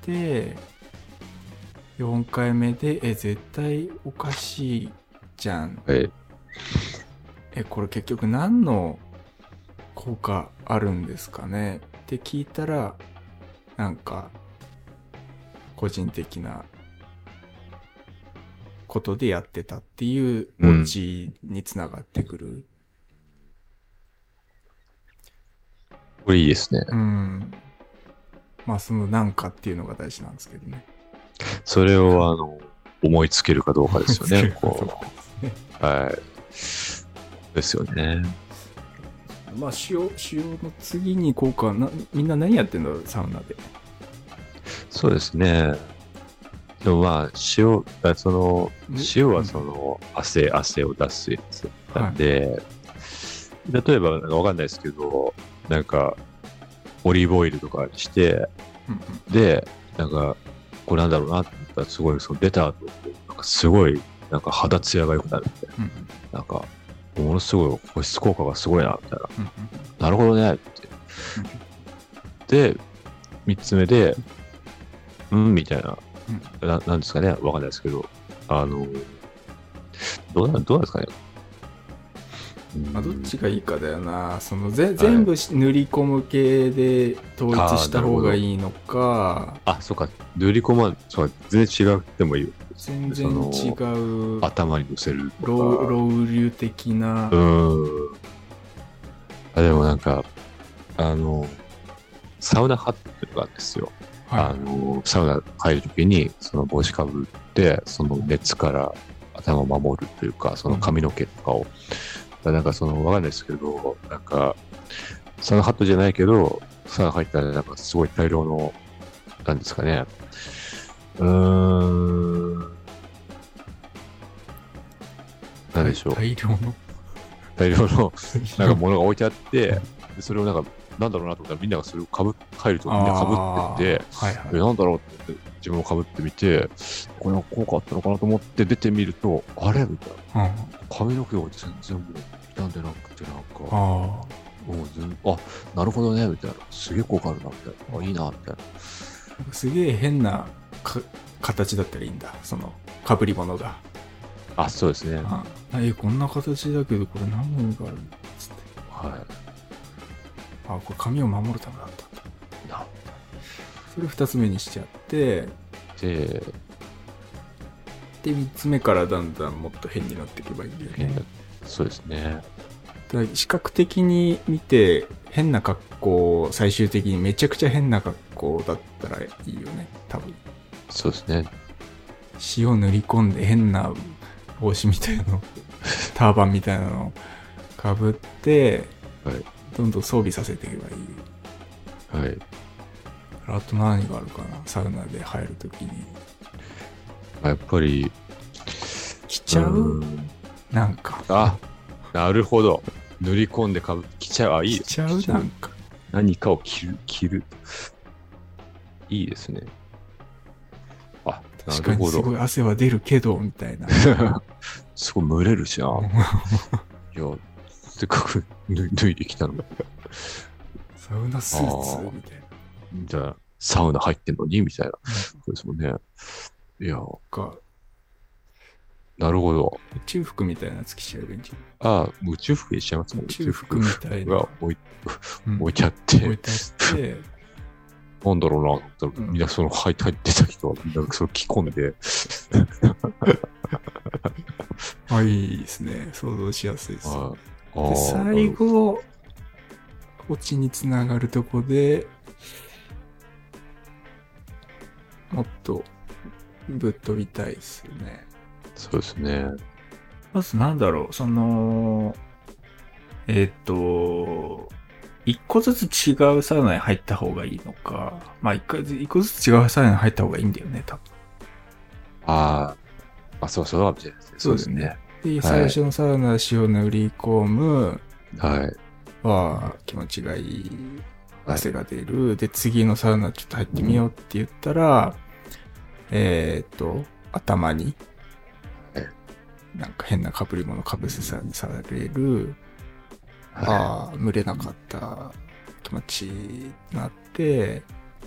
[SPEAKER 1] 、4回目で絶対おかしいじゃん、これ結局何の効果あるんですかねって聞いたら、なんか個人的なことでやってたっていうオチにつながってくる。
[SPEAKER 2] これいいですね。
[SPEAKER 1] まあそのなんかっていうのが大事なんですけどね。
[SPEAKER 2] それを思いつけるかどうかですよね。ですよね。
[SPEAKER 1] まあ塩の次に効果みんな何やってんだろう、サウナで。
[SPEAKER 2] そうですね。でもまあ塩はその汗を出すやつなんで、例えばなんかわかんないですけど、なんかオリーブオイルとかにして、でなんかこれなんだろうなって思ったら、すごいその出た後なんかすごいなんか肌ツヤが良くなるみたいな、なんかものすごい保湿効果がすごいなみたいな、なるほどねって、で3つ目でみたいな、なんですかね、わかんないですけど、どうなんですかね。
[SPEAKER 1] どっちがいいかだよな。その全部塗り込む系で統一した方がいいのか。
[SPEAKER 2] そうか、塗り込まそう全然違うでもいいよ。
[SPEAKER 1] 全然違う。
[SPEAKER 2] 頭に乗せるとか。
[SPEAKER 1] ロウリュ的な。
[SPEAKER 2] でもなんかサウナハットっていうのがあるんですよ。サウナ入るときにその帽子かぶって、その熱から頭を守るというか、その髪の毛とかをなんかわかんないですけど、なんか、サウナハットじゃないけど、サウナ入ったらなんかすごい大量の、なんですかね。なんでしょう。
[SPEAKER 1] 大量の
[SPEAKER 2] なんか物が置いてあって、それをなんか、なんだろうなと思ったらみんながそれを入るとみんな被ってて、
[SPEAKER 1] はいはい、
[SPEAKER 2] なんだろうって自分も被ってみて、これは効果あったのかなと思って出てみると、あれみたいな。髪の毛が全然もう傷んでなくて、なんか、もうなるほどね、みたいな。すげえ効果あるな、みたいな。いいな、みたい
[SPEAKER 1] な。すげえ変な形だったらいいんだ、その被り物が。
[SPEAKER 2] そうですね。
[SPEAKER 1] こんな形だけど、これ何の意味があるんだっつって。
[SPEAKER 2] はい。
[SPEAKER 1] これ髪を守るためだったんだ。それ2つ目にしちゃって、で、3つ目からだんだんもっと変になっていけばいいんだよね。
[SPEAKER 2] そうですね。
[SPEAKER 1] 視覚的に見て変な格好、最終的にめちゃくちゃ変な格好だったらいいよね、多分。
[SPEAKER 2] そうですね。
[SPEAKER 1] 塩塗り込んで変な帽子みたいなの、ターバンみたいなのをかぶって、
[SPEAKER 2] はい、
[SPEAKER 1] どんどん装備させていけばいい。
[SPEAKER 2] はい。
[SPEAKER 1] あと何があるかな、サウナで入るときに。
[SPEAKER 2] やっぱり、
[SPEAKER 1] 着ちゃう？なんか。
[SPEAKER 2] なるほど。塗り込んで着ちゃう。いいです。
[SPEAKER 1] 着ちゃう？なんか。
[SPEAKER 2] 何かを着る。いいですね。
[SPEAKER 1] 確かにすごい汗は出るけど、みたいな。
[SPEAKER 2] すごい蒸れるしな。いや、せっかく脱いできたのだ。
[SPEAKER 1] サウナスーツみたいな。
[SPEAKER 2] じゃあ、サウナ入ってんのにみたいな。そうですもんね。いや、なるほど。
[SPEAKER 1] 宇宙服みたいなやつ着ちゃえばいいんじ
[SPEAKER 2] ゃん。宇宙服にしちゃいますもん。
[SPEAKER 1] 宇宙服みたいな。
[SPEAKER 2] が置いてあって。
[SPEAKER 1] 置いてあって。
[SPEAKER 2] なんだろうなと思ったら、みんな入ってた人はみんなそれ着込んで。
[SPEAKER 1] いいですね。想像しやすいです。
[SPEAKER 2] で、
[SPEAKER 1] 最後、オチにつながるとこで、もっとぶっ飛びたいですよね。
[SPEAKER 2] そうですね。
[SPEAKER 1] まずなんだろう、一個ずつ違うサウナに入った方がいいのか、一個ずつ違うサウナに入った方がいいんだよね、多分。
[SPEAKER 2] そうかもしれないですね。
[SPEAKER 1] そうですね。で、最初のサウナ塩塗り込む。気持ちがいい。汗が出る。で、次のサウナちょっと入ってみようって言ったら、頭に、なんか変な被り物かぶせされる。蒸れなかった気持ちになって、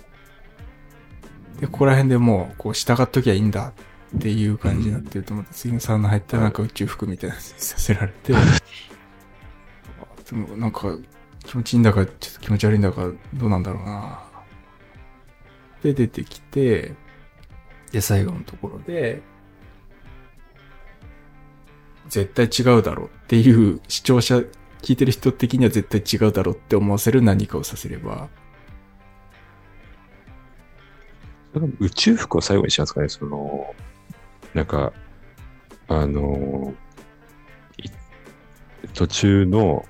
[SPEAKER 1] で、ここら辺でもう、従っときゃいいんだっていう感じになってると思って、次のサウナ入ったらなんか宇宙服みたいなやつにさせられて、でもなんか気持ちいいんだか、ちょっと気持ち悪いんだか、どうなんだろうな。で、出てきて、で、最後のところで、絶対違うだろうっていう視聴者、聞いてる人的には絶対違うだろうって思わせる何かをさせれば。
[SPEAKER 2] 宇宙服を最後にしますかね、なんか、途中の、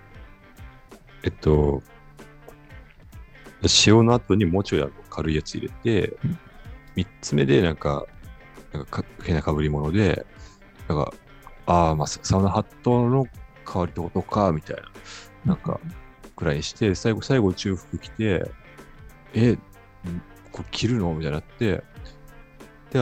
[SPEAKER 2] 塩の後にもうちょい軽いやつ入れて、3つ目でなんか変な被り物で、なんか、サウナハットの代わりってことか、みたいな、なんか、くらいにして、最後宇宙服着て、これ着るのみたいになって、で、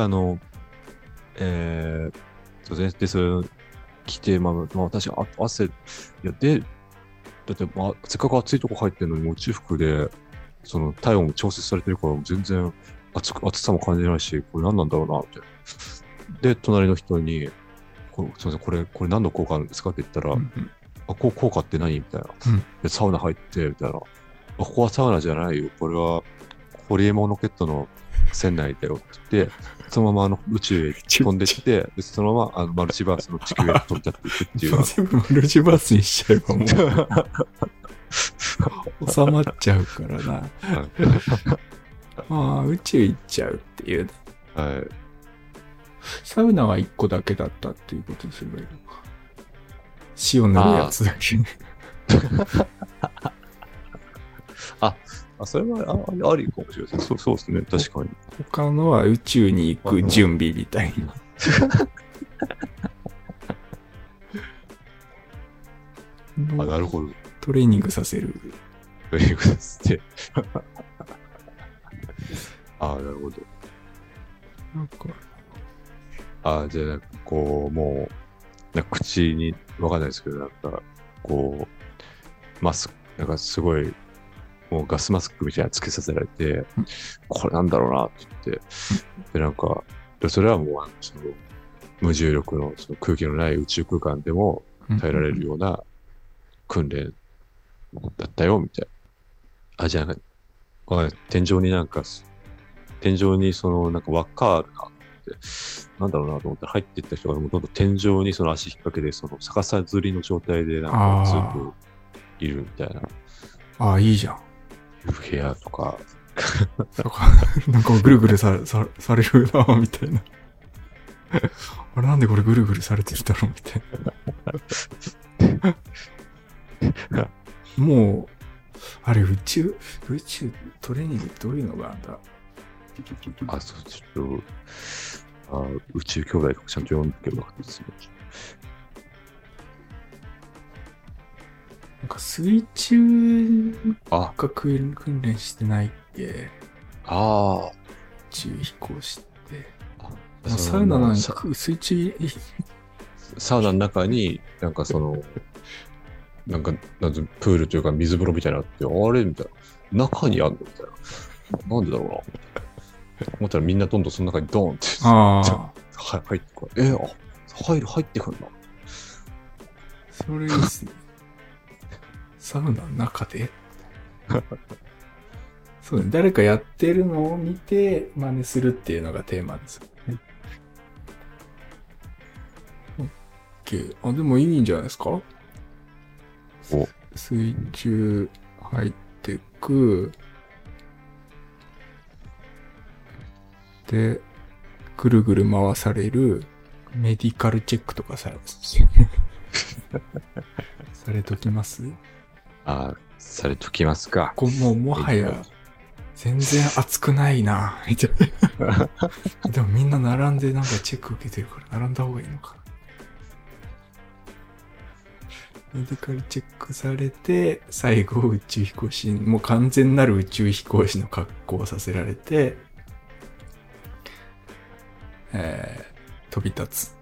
[SPEAKER 2] で、それ着て、確か汗、だって、せっかく暑いとこ入ってるのに、宇宙服で、体温も調節されてるから、全然暑さも感じないし、これ何なんだろうな、みたいな。で、隣の人に、すみません、これ何の効果なんですかって言ったら、効果って何みたいな。で、サウナ入って、みたいな。ここはサウナじゃないよ。これは、ホリエモンロケットの船内だよって言って、そのまま宇宙へ飛んでって、でそのままマルチバースの地球へ飛び立っていくっていう。
[SPEAKER 1] 全部マルチバースにしちゃえばもう収まっちゃうからな。宇宙行っちゃうっていうね。サウナは1個だけだったっていうことにすればいいのか。 塩塗るやつだけ。
[SPEAKER 2] それはありかもしれないですね。そうですね。確かに。
[SPEAKER 1] 他のは宇宙に行く準備みたい
[SPEAKER 2] な。なるほど。
[SPEAKER 1] トレーニングさせる。
[SPEAKER 2] トレーニングさせて。なるほど。
[SPEAKER 1] なんか。
[SPEAKER 2] じゃあ、なんかこう、もう、なんか口に、わかんないですけど、なんか、こう、なんかすごい、もうガスマスクみたいなのつけさせられて、これなんだろうなって言って、で、なんか、それはもう、その、無重力のその空気のない宇宙空間でも耐えられるような訓練だったよ、みたいな。じゃあ、天井にその、なんか輪っかあるなって、なんだろうなと思って入っていった人が、どんどん天井にその足引っ掛けて、その逆さずりの状態で、なんかずっといるみたいな。
[SPEAKER 1] いいじゃん。
[SPEAKER 2] 部屋とか。
[SPEAKER 1] なんかぐるぐるされるな、みたいな。あれなんでこれぐるぐるされてるだろう、みたいな。もう、あれ宇宙トレーニングどういうのがあんだ。
[SPEAKER 2] ちょっと、宇宙兄弟とかちゃんと読んでけばよかったですね。
[SPEAKER 1] なんか水中が訓練してないっけ。宇宙飛行士って。サウナなんか水中
[SPEAKER 2] サウナの中になんかそのなんかプールというか水風呂みたいなのあってあれみたいな中にあんのみたいななんでだろうな思ったらみんなどんどんその中にドーンって入ってくる入ってくるな
[SPEAKER 1] それですねサウナの中でそうね誰かやってるのを見て真似するっていうのがテーマですよね。でもいいんじゃないですか。水中入ってくでぐるぐる回されるメディカルチェックとかされときます。
[SPEAKER 2] されときますか。
[SPEAKER 1] もはや全然熱くないなみたいなでもみんな並んでなんかチェック受けてるから並んだ方がいいのかな。メディカルチェックされて最後宇宙飛行士もう完全なる宇宙飛行士の格好をさせられて、飛び立つ。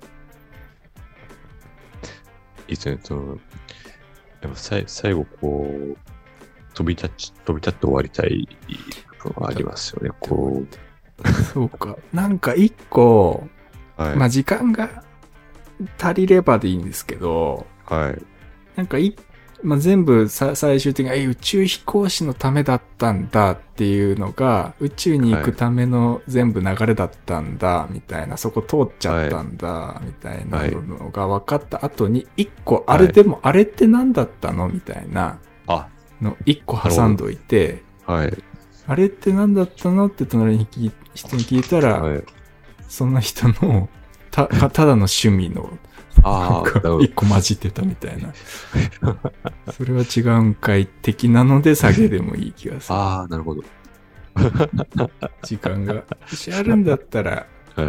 [SPEAKER 2] いいですね。やっぱ最後こう飛び立って終わりたい部分はありますよね。
[SPEAKER 1] そうか。なんか一個、まあ時間が足りればでいいんですけど、なんかまあ、全部最終的に宇宙飛行士のためだったんだっていうのが宇宙に行くための全部流れだったんだみたいな、そこ通っちゃったんだみたいなのが分かった後に一個あれでも、あれって何だったのみたいなの一個挟んどいて、あれって何だったのって隣に人に聞いたら、そんな人のただの趣味の一個混じってたみたいなそれは違うんかい的なので下げでもいい気がする。
[SPEAKER 2] なるほど
[SPEAKER 1] 時間がもしあるんだったら、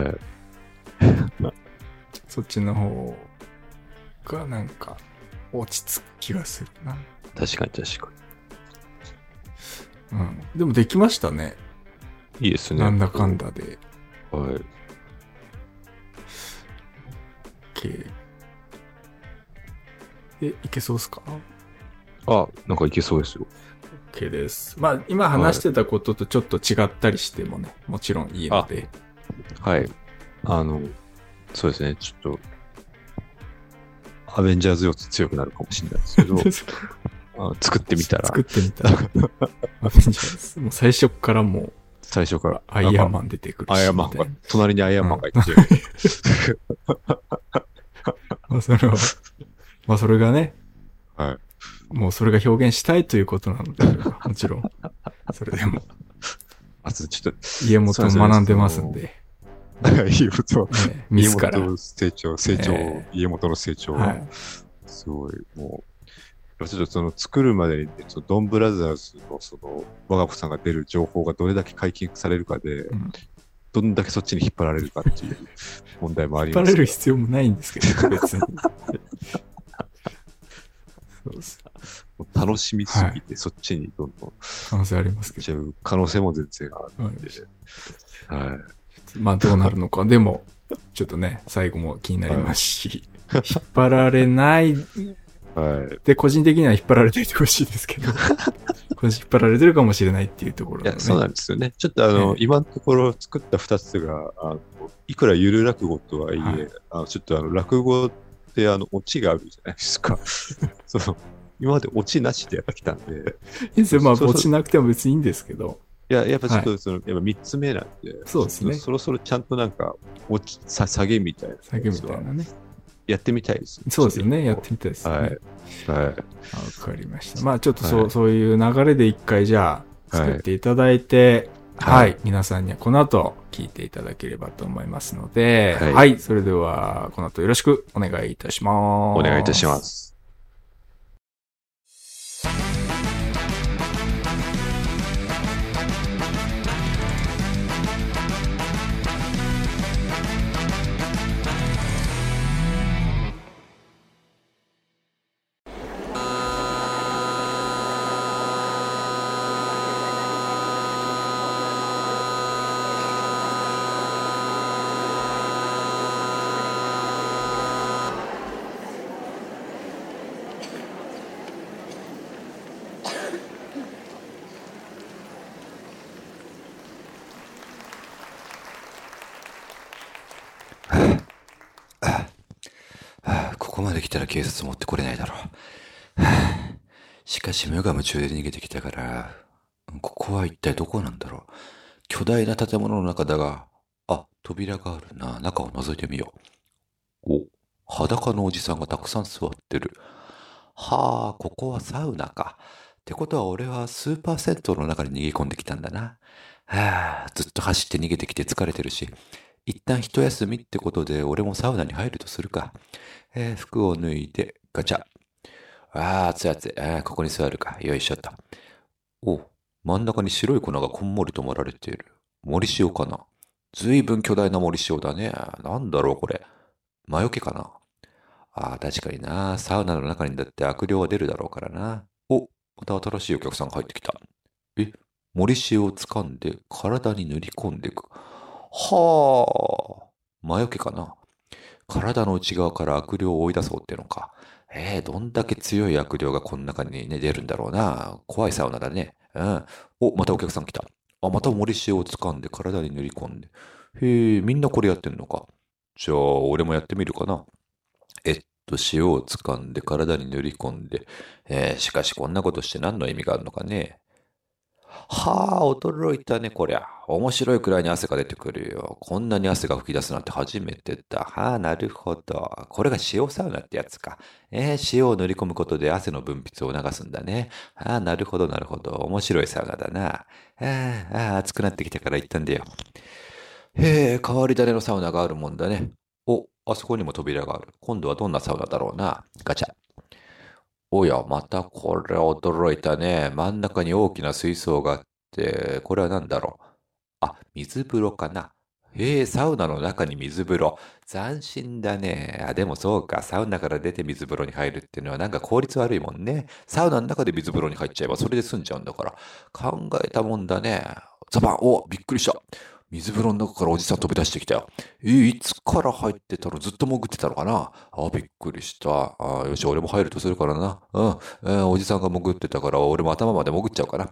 [SPEAKER 1] そっちの方がなんか落ち着く気がするな。
[SPEAKER 2] 確かに
[SPEAKER 1] でもできましたね。
[SPEAKER 2] いいですね。
[SPEAKER 1] なんだかんだでいけそうっすか？
[SPEAKER 2] なんかいけそうですよ。
[SPEAKER 1] OK です。まあ今話してたこととちょっと違ったりしてもね、もちろんいいので。
[SPEAKER 2] そうですね。ちょっとアベンジャーズ要素強くなるかもしれないですけど作ってみたら
[SPEAKER 1] アベンジャーズもう最初からアイアンマン出てくるし、
[SPEAKER 2] アイアンマンが隣にアイアンマンがいて、
[SPEAKER 1] まあそれがね、もうそれが表現したいということなので、もちろんそれでも
[SPEAKER 2] ちょっと
[SPEAKER 1] 家元学んでますんで、
[SPEAKER 2] 家元
[SPEAKER 1] 自ら
[SPEAKER 2] 成長、家元の成長、 すごい、もう、ちょっとその作るまでに、ね、そのドンブラザーズのその我が子さんが出る情報がどれだけ解禁されるかで、どんだけそっちに引っ張られるかっていう問題もあります。
[SPEAKER 1] 引っ張られる必要もないんですけど、別に。そうです。
[SPEAKER 2] 楽しみすぎて、そっちにどんどん
[SPEAKER 1] 可能性ありますけ
[SPEAKER 2] ど。可能性も全然あるんで。はい。
[SPEAKER 1] まあどうなるのか。でも、ちょっとね、最後も気になりますし、引っ張られない。はい。で、個人的には引っ張られていてほしいですけど、引っ張られてるかもしれないっていうところ、ね。
[SPEAKER 2] いや、そうなんですよね。ちょっと今のところ作った2つが、いくらゆる落語とはいえ、ちょっと落語ってオチがあるじゃないですか。その今までオチなしでやってきたんで。いい
[SPEAKER 1] ですよ。まあ、オチなくても別にいいんですけど。
[SPEAKER 2] いや、やっぱちょっとやっぱ3つ目なんで。
[SPEAKER 1] そうですね。
[SPEAKER 2] そろそろちゃんとなんか、下げみたいな。
[SPEAKER 1] 下げみたいなね。
[SPEAKER 2] やってみたいですね。
[SPEAKER 1] そうですよね。やってみたいですね。はい。
[SPEAKER 2] はい。
[SPEAKER 1] わかりました。まあ、ちょっとそういう流れで一回じゃあ、作っていただいて、はい。皆さんにはこの後聞いていただければと思いますので、はい。それでは、この後よろしくお願いいたします。
[SPEAKER 2] お願いいたします。
[SPEAKER 3] ここまで来たら警察持ってこれないだろう。しかし無我夢中で逃げてきたから、ここは一体どこなんだろう。巨大な建物の中だが、扉があるな。中を覗いてみよう。裸のおじさんがたくさん座ってる。はあ、ここはサウナか。ってことは俺はスーパー銭湯の中に逃げ込んできたんだな。ずっと走って逃げてきて疲れてるし、一旦一休みってことで俺もサウナに入るとするか。服を脱いでガチャ。熱い熱い。ここに座るか。よいしょと。真ん中に白い粉がこんもりと盛られている。森塩かな。ずいぶん巨大な森塩だね。なんだろうこれ。魔除けかな。確かにな。サウナの中にだって悪霊は出るだろうからな。また新しいお客さんが入ってきた。森塩を掴んで体に塗り込んでいく。はあ。魔除けかな。体の内側から悪霊を追い出そうってのか。どんだけ強い悪霊がこの中にね、出るんだろうな。怖いサウナだね。またお客さん来た。また森塩を掴んで体に塗り込んで。みんなこれやってんのか。じゃあ、俺もやってみるかな。塩を掴んで体に塗り込んで。しかしこんなことして何の意味があるのかね。驚いたね、こりゃ。面白いくらいに汗が出てくるよ。こんなに汗が噴き出すなんて初めてだ。なるほど。これが塩サウナってやつか。塩を塗り込むことで汗の分泌を促すんだね。なるほど、なるほど。面白いサウナだな。暑くなってきたから行ったんだよ。変わり種のサウナがあるもんだね。あそこにも扉がある。今度はどんなサウナだろうな。ガチャ。おや、またこれ驚いたね。真ん中に大きな水槽があって、これは何だろう。水風呂かな。サウナの中に水風呂。斬新だね。でもそうか。サウナから出て水風呂に入るっていうのはなんか効率悪いもんね。サウナの中で水風呂に入っちゃえばそれで済んじゃうんだから。考えたもんだね。ザバン。びっくりした。水風呂の中からおじさん飛び出してきたよ。いつから入ってたの？ずっと潜ってたのかな？びっくりした。よし、俺も入るとするからな。おじさんが潜ってたから、俺も頭まで潜っちゃうかな。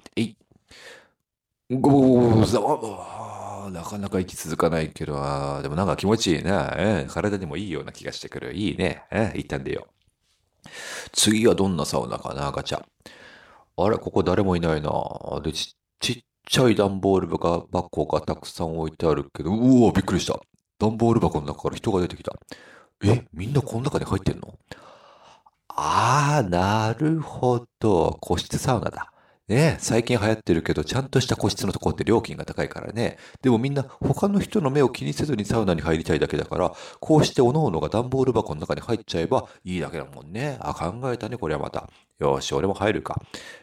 [SPEAKER 3] なかなか息続かないけど、でもなんか気持ちいいな。体にもいいような気がしてくる。いいね。一旦出よう。次はどんなサウナかな、ガチャ。あれ、ここ誰もいないな。で、ちっちゃい段ボール箱がたくさん置いてあるけど、びっくりした。段ボール箱の中から人が出てきた。みんなこの中に入ってんの？なるほど。個室サウナだ。 ね、最近流行ってるけど、ちゃんとした個室のところって料金が高いからね。でもみんな他の人の目を気にせずにサウナに入りたいだけだから、こうして各々が段ボール箱の中に入っちゃえばいいだけだもんね。あ、考えたね、これはまた。よし、俺も入るか。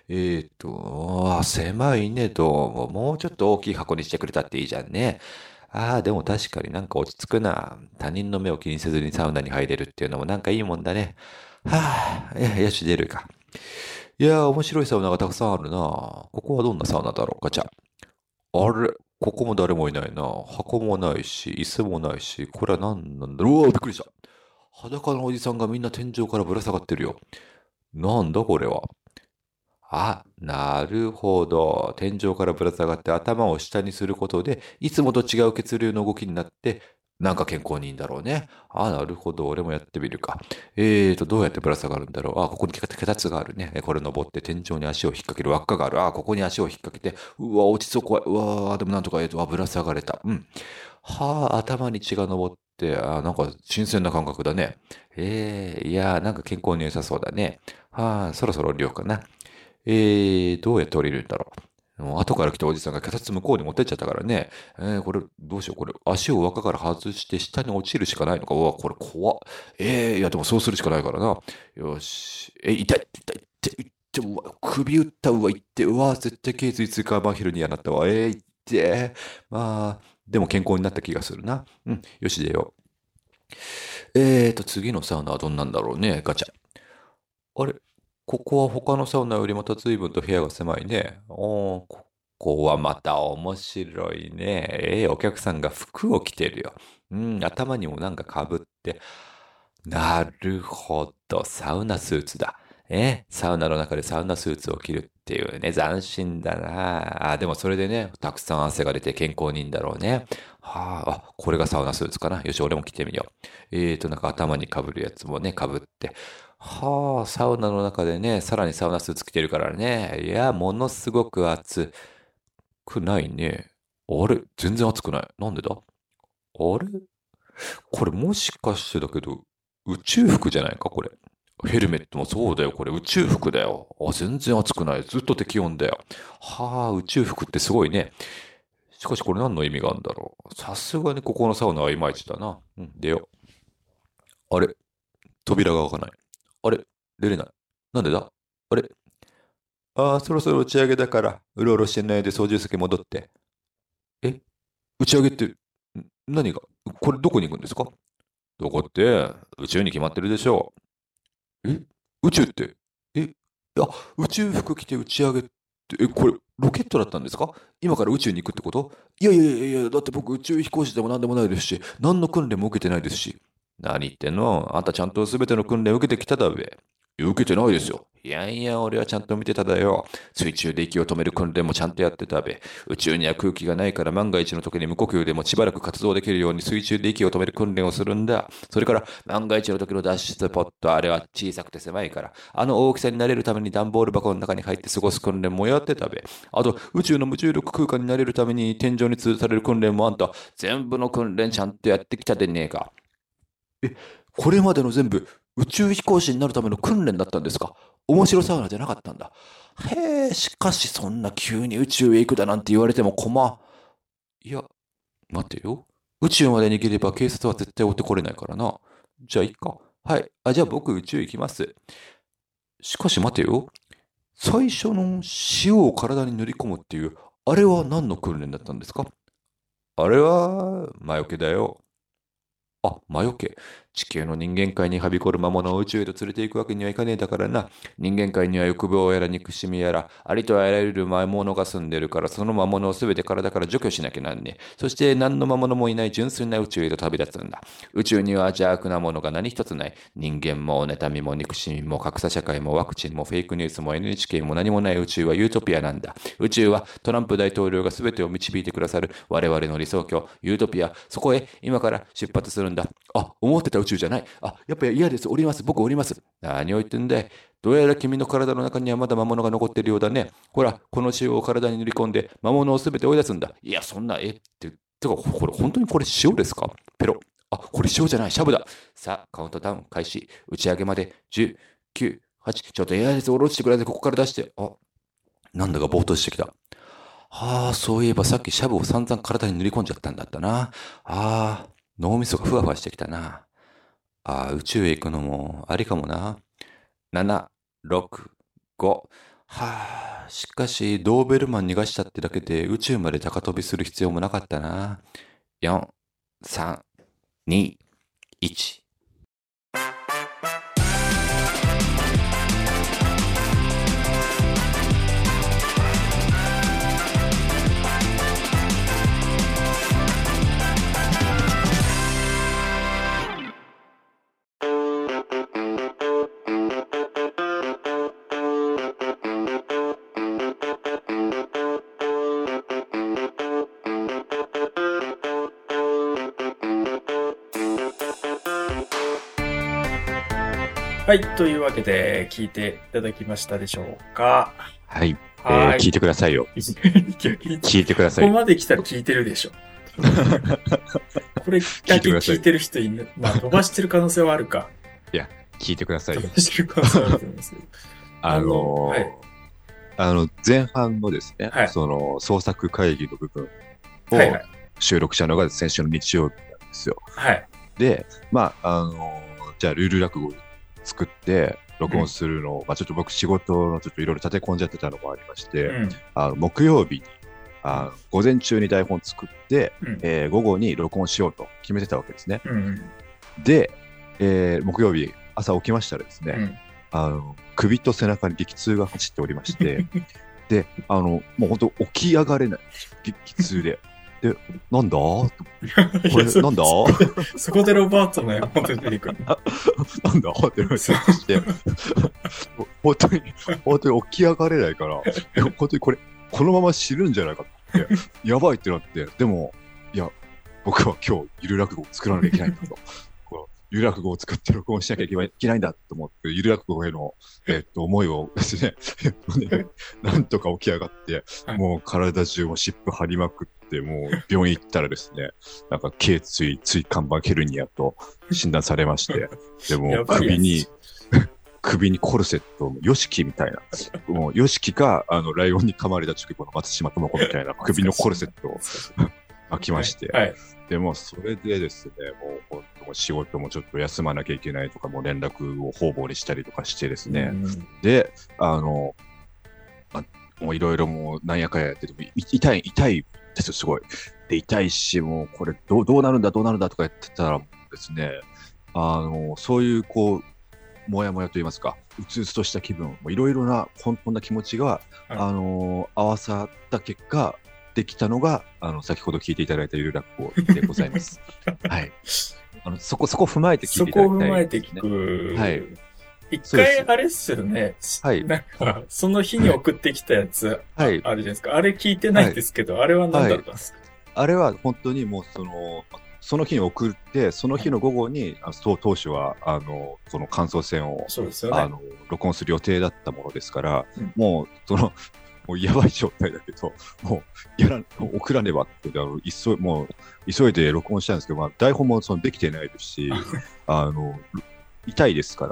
[SPEAKER 3] 狭いね、どうも。もうちょっと大きい箱にしてくれたっていいじゃんね。ああ、でも確かになんか落ち着くな。他人の目を気にせずにサウナに入れるっていうのもなんかいいもんだね。はあ、よし、出るか。いやー、面白いサウナがたくさんあるな。ここはどんなサウナだろう、ガチャ。あれ、ここも誰もいないな。箱もないし、椅子もないし、これは何なんだろう。うわー、びっくりした。裸のおじさんがみんな天井からぶら下がってるよ。なんだこれは。あ、なるほど。天井からぶら下がって頭を下にすることで、いつもと違う血流の動きになって、なんか健康にいいんだろうね。あ、なるほど。俺もやってみるか。どうやってぶら下がるんだろう。あ、ここに脚立があるね。これ登って天井に足を引っ掛ける輪っかがある。あ、ここに足を引っ掛けて、うわ、落ちそう怖い。うわ、でもなんとか、ぶら下がれた。うん。はあ、頭に血が昇って、あ、なんか新鮮な感覚だね。いや、なんか健康に良さそうだね。はあ、そろそろ降りようかな。どうやって降りるんだろう。もう後から来たおじさんが脚立向こうに持ってっちゃったからね。これ、どうしよう。これ、足を輪っかから外して下に落ちるしかないのか。うわ、これ怖っ。いや、でもそうするしかないからな。よし。痛い、痛い、痛い、痛い、うわ、首打った、うわ、痛い、うわ、絶対頸椎椎間板ヘルニアになったわ。痛い。まあ、でも健康になった気がするな。うん、よし、出よう。次のサウナはどんなんだろうね。ガチャ。あれ、ここは他のサウナよりまた随分と部屋が狭いね。ここはまた面白いね。お客さんが服を着てるよ。うん、頭にもなんか被って。なるほど、サウナスーツだ。サウナの中でサウナスーツを着るっていうね、斬新だな。でもそれでね、たくさん汗が出て健康にいいんだろうね。はあ、これがサウナスーツかな。よし、俺も着てみよう。なんか頭に被るやつもね、被って。はあ、サウナの中でね、さらにサウナスーツ着てるからね。いや、ものすごく暑くないね。あれ全然暑くない。なんでだ。あれこれもしかしてだけど、宇宙服じゃないか、これ。ヘルメットもそうだよ、これ宇宙服だよ。全然暑くない。ずっと適温だよ。はあ、宇宙服ってすごいね。しかしこれ何の意味があるんだろう。さすがにここのサウナはいまいちだな。うん、出よう。あれ扉が開かない。あれ出れない。なんでだ。あれそろそろ打ち上げだから、うろうろしてないで操縦席戻って。え打ち上げって、何がこれどこに行くんですか。どこって、宇宙に決まってるでしょう。宇宙って、え宇宙服着て打ち上げって、これ、ロケットだったんですか。今から宇宙に行くってこと。いやいやいやいや、だって僕宇宙飛行士でも何でもないですし、何の訓練も受けてないですし。何言ってんの。あんたちゃんと全ての訓練受けてきただべ。受けてないですよ。いやいや、俺はちゃんと見てただよ。水中で息を止める訓練もちゃんとやってたべ。宇宙には空気がないから万が一の時に無呼吸でもしばらく活動できるように水中で息を止める訓練をするんだ。それから万が一の時の脱出ポット、あれは小さくて狭いから、あの大きさになれるために段ボール箱の中に入って過ごす訓練もやってたべ。あと、宇宙の無重力空間になれるために天井に通される訓練もあんた、全部の訓練ちゃんとやってきたでねえか。これまでの全部宇宙飛行士になるための訓練だったんですか。面白サウナじゃなかったんだ。へえ、しかしそんな急に宇宙へ行くだなんて言われてもいや、待てよ。宇宙まで逃げれば警察は絶対追ってこれないからな。じゃあいいか。はい。じゃあ僕宇宙行きます。しかし待てよ。最初の塩を体に塗り込むっていう、あれは何の訓練だったんですか。あれは、魔除けだよ。魔除け。地球の人間界にはびこる魔物を宇宙へと連れて行くわけにはいかねえだからな。人間界には欲望やら憎しみやら、ありとあらゆる魔物が住んでるから、その魔物をすべて体から除去しなきゃなんねえ。そして何の魔物もいない純粋な宇宙へと旅立つんだ。宇宙には邪悪なものが何一つない。人間も妬みも憎しみも格差社会もワクチンもフェイクニュースも NHK も何もない宇宙はユートピアなんだ。宇宙はトランプ大統領が全てを導いてくださる我々の理想郷、ユートピア。そこへ今から出発するんだ。思ってた宇宙じゃない。やっぱり嫌です。降ります。僕降ります。何を言ってんだい。どうやら君の体の中にはまだ魔物が残っているようだね。ほら、この塩を体に塗り込んで魔物をすべて追い出すんだ。いや、そんな、てか、これ本当にこれ塩ですか。ペロ。これ塩じゃない。シャブだ。さあ、カウントダウン開始。打ち上げまで10、9、8。ちょっと嫌です。下ろしてください。ここから出して。 なんだかぼーっとしてきた。そういえばさっきシャブを散々体に塗り込んじゃったんだったな。脳みそがふわふわしてきたな。宇宙へ行くのもありかもな。7、6、5。しかし、ドーベルマン逃がしたってだけで宇宙まで高飛びする必要もなかったな。4、3、2、1。
[SPEAKER 1] はい。というわけで、聞いていただきましたでしょうか。
[SPEAKER 2] はい。
[SPEAKER 1] はい
[SPEAKER 2] 聞いてくださいよ。聞いてくださいよ。
[SPEAKER 1] ここまで来たら聞いてるでしょ。これだけ聞いてる人いる。まあ、飛ばしてる可能性はあるか。
[SPEAKER 2] いや、聞いてくださいよ。
[SPEAKER 1] 飛ばしてる可能性はあると思いますけど。はい、
[SPEAKER 2] 前半のですね、
[SPEAKER 1] はい、
[SPEAKER 2] その創作会議の部分を
[SPEAKER 1] はいはい、
[SPEAKER 2] 収録したのが先週の日曜日なんですよ。
[SPEAKER 1] はい。
[SPEAKER 2] で、まあ、じゃあルール落語を作って録音するのを、ちょっと僕仕事のちょっといろいろ立て込んじゃってたのもありまして、木曜日に午前中に台本作って、午後に録音しようと決めてたわけですね。で、木曜日朝起きましたらですね、首と背中に激痛が走っておりましてで、もう本当起き上がれない激痛で。で、なんだこれなんだ
[SPEAKER 1] そこでロバートの本当に出てくる。
[SPEAKER 2] なんだって言われて、本当に起き上がれないから、本当にこのまま死ぬんじゃないかって、やばいってなって、でも、いや、僕は今日、ゆる落語を作らなきゃいけないんだと。ゆる落語を作って録音しなきゃいけないんだと思って、ゆる落語への、思いをですね、なんとか起き上がって、もう体中も湿布張りまくって、もう病院行ったらですね、なんか頸椎間板ヘルニアと診断されまして、でも首にコルセット、ヨシキみたいな、もうヨシキか、ライオンに噛まれた直後の松島智子みたいな首のコルセットを巻きまして、でもそれでですね、もう本当仕事もちょっと休まなきゃいけないとか、もう連絡を方々にしたりとかしてですね、で、もういろいろもうなんやかんややってても痛いですよ、すごい。で、痛いし、もうこれどうなるんだとかやってたらですね、そういうもやもやと言いますか、うつうつとした気分、いろいろな混沌な気持ちが、合わさった結果、できたのが、先ほど聞いていただいたゆる落語でございます。はい。そこ踏まえて聞いていただきたい、ね。そこを踏まえて聞く。
[SPEAKER 1] はい。一回、あれっすよね。はい。なんか、その日に送ってきたやつ、あるじゃないですか。あれ聞いてないんですけど、あれは何だったんですか？
[SPEAKER 2] あれは本当にもうその日に送って、その日の午後に、当初は、その感想戦を、
[SPEAKER 1] そうですよね。
[SPEAKER 2] 録音する予定だったものですから、もうやばい状態だけど、もう送らねばって、もう急いで録音したんですけど、台本もできてないですし、痛いですから、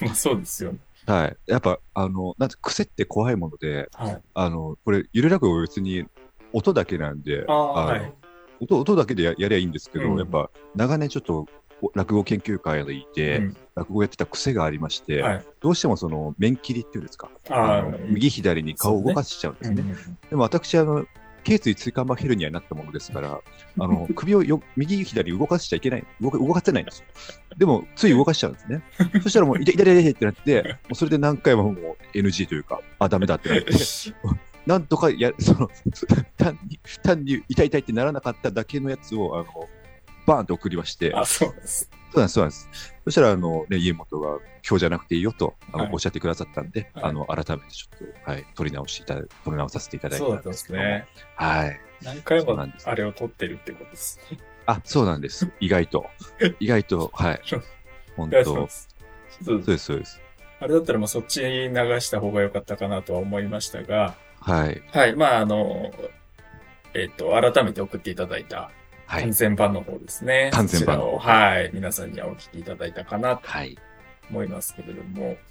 [SPEAKER 1] そうですよね。
[SPEAKER 2] はい。やっぱ、なんて癖って怖いもので、これ、ゆる落語は別に音だけなんで、音だけでやりゃいいんですけど、やっぱ、長年ちょっと、落語研究会にいて、落語やってた癖がありまして、どうしても面切りっていうんですか、右左に顔を動かしちゃうんですね。でも私、頸椎椎間板ヘルニアになったものですから、首を右左に動かしちゃいけない、動かせないんですよ。でも、つい動かしちゃうんですね。そしたらもう、痛いってなって、もうそれで何回ももう NG というか、ダメだってなって、なんとか単に痛いってならなかっただけのやつを、バーンと送りまして。
[SPEAKER 1] そうです。
[SPEAKER 2] そうなんです。そしたら、家元が今日じゃなくていいよと、おっしゃってくださったんで、改めてちょっと、取り直させていただいたんですけども。そうですね。はい。
[SPEAKER 1] 何回もあれを撮ってるってことです。
[SPEAKER 2] そうなんです。意外と、はい。本当。そうです。
[SPEAKER 1] あれだったらもうそっちに流した方が良かったかなとは思いましたが、
[SPEAKER 2] はい。
[SPEAKER 1] はい。まあ、改めて送っていただいた、完全版の方ですね。
[SPEAKER 2] 完全版を。
[SPEAKER 1] はい。皆さんにはお聞きいただいたかなと思いますけれども。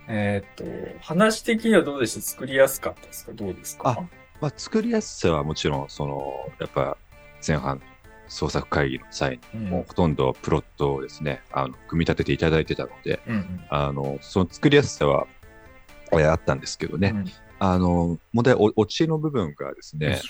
[SPEAKER 1] 話的にはどうでした？作りやすかったですか？どうですか？
[SPEAKER 2] 作りやすさはもちろん、やっぱ前半、創作会議の際に、もうほとんどプロットをですね、組み立てていただいてたので、その作りやすさは、あったんですけどね、問題はオチの部分がですね、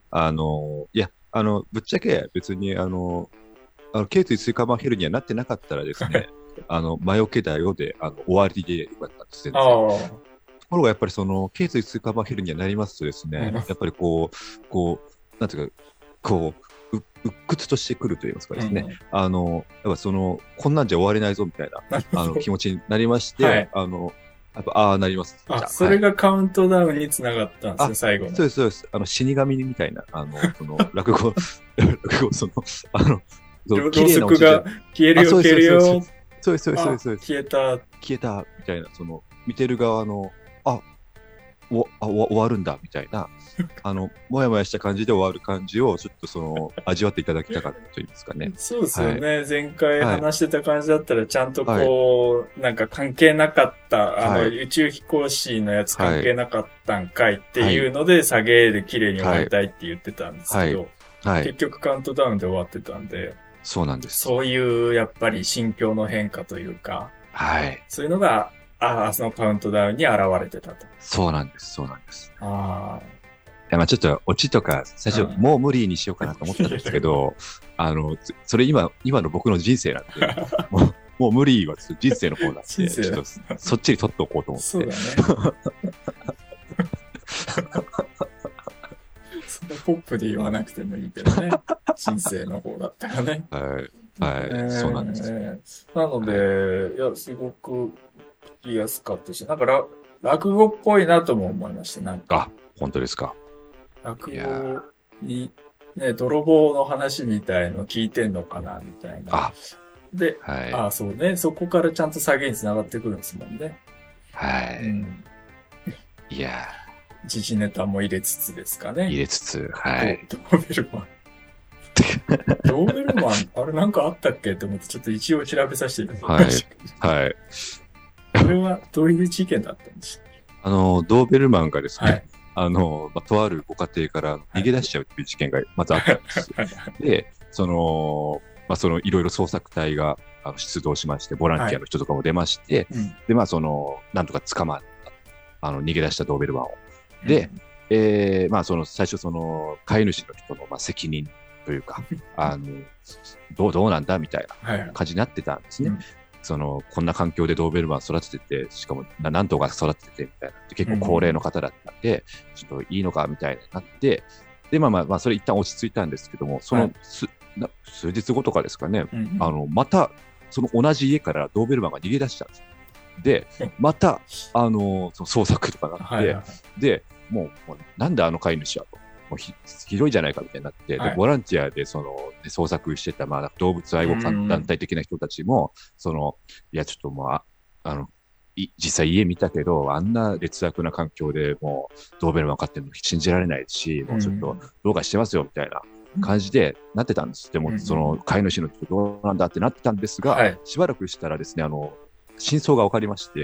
[SPEAKER 2] ぶっちゃけ別に、頸椎椎間板ヘルニアになってなかったらですね、魔除けだよで、終わりでよかったんですよ。ところがやっぱり頸椎椎間板ヘルニアになりますとですね、やっぱりなんていうか、鬱屈としてくると言いますかですね、やっぱこんなんじゃ終われないぞみたいな、気持ちになりまして、やっぱ、なります。
[SPEAKER 1] それがカウントダウンにつながったんですね、最後の。
[SPEAKER 2] そうです、そうです。死神みたいな、落語、
[SPEAKER 1] ろうそくが消えるよ、消えるよ。
[SPEAKER 2] そうです、そうです、そうです。
[SPEAKER 1] 消えた、
[SPEAKER 2] みたいな、見てる側の、終わるんだ、みたいな、もやもやした感じで終わる感じを、ちょっと味わっていただきたかったと言いますかね。
[SPEAKER 1] そうですよね。前回話してた感じだったら、ちゃんとなんか関係なかった、宇宙飛行士のやつ関係なかったんかいっていうので、下げで綺麗に終わりたいって言ってたんですけど、結局カウントダウンで終わってたんで、
[SPEAKER 2] そうなんです。
[SPEAKER 1] そういう、やっぱり心境の変化というか、そういうのが、そのカウントダウンに現れてたと。
[SPEAKER 2] そうなんです、そうなんです。ちょっとオチとか、最初、もう無理にしようかなと思ったんですけど、それ今の僕の人生なんで、もう無理は人生の方なんで、ちょっとそっちに取っておこうと思って。
[SPEAKER 1] そうだね。そのポップで言わなくてもいいけどね。人生の方だったらね。
[SPEAKER 2] そうなんです。
[SPEAKER 1] なので、いや、すごく聞きやすかったし、なんか落語っぽいなとも思いました。なんか。
[SPEAKER 2] 本当ですか。
[SPEAKER 1] 落語に、ね、泥棒の話みたいの聞いてんのかな、みたいな。で、そうね。そこからちゃんと下げにつながってくるんですもんね。
[SPEAKER 2] いや
[SPEAKER 1] 時事ネタも入れつつですかね。
[SPEAKER 2] 入れつつ、
[SPEAKER 1] ドーベルマン。ドーベルマン、あれなんかあったっけって思って、ちょっと一応調べさせていただきました。これはどういう事件だったんでしたっけ？
[SPEAKER 2] ドーベルマンがですね、とあるご家庭から逃げ出しちゃうという事件がまずあったんです。で、いろいろ捜索隊が出動しまして、ボランティアの人とかも出まして、で、なんとか捕まった、逃げ出したドーベルマンを。で、最初飼い主の人の責任というか、どうなんだみたいな感じになってたんですね。こんな環境でドーベルマン育ててて、しかも何頭か育てててみたいな、結構高齢の方だったんで、ちょっといいのかみたいになって、で、それ一旦落ち着いたんですけども、数日後とかですかね、また、同じ家からドーベルマンが逃げ出したんです。で、また、捜索とかなって、で、もう、なんで飼い主はと。もうひどいじゃないかみたいになって、でボランティアで捜索してた、動物愛護団体的な人たちも、いや、ちょっと実際家見たけど、あんな劣悪な環境でもう、ドーベルマン飼ってるの信じられないし、もうちょっとどうかしてますよ、みたいな感じでなってたんです。でも、飼い主の人どうなんだってなってたんですが、しばらくしたらですね、真相が分かりまして、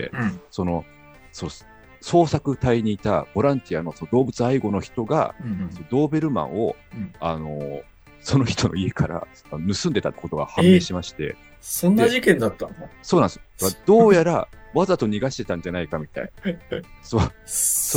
[SPEAKER 2] 捜索隊にいたボランティアの動物愛護の人が、ドーベルマンを、その人の家から盗んでたってことが判明しまして。
[SPEAKER 1] そんな事件だったの？
[SPEAKER 2] そうなんです。どうやらわざと逃がしてたんじゃないかみたいな。そうなんです。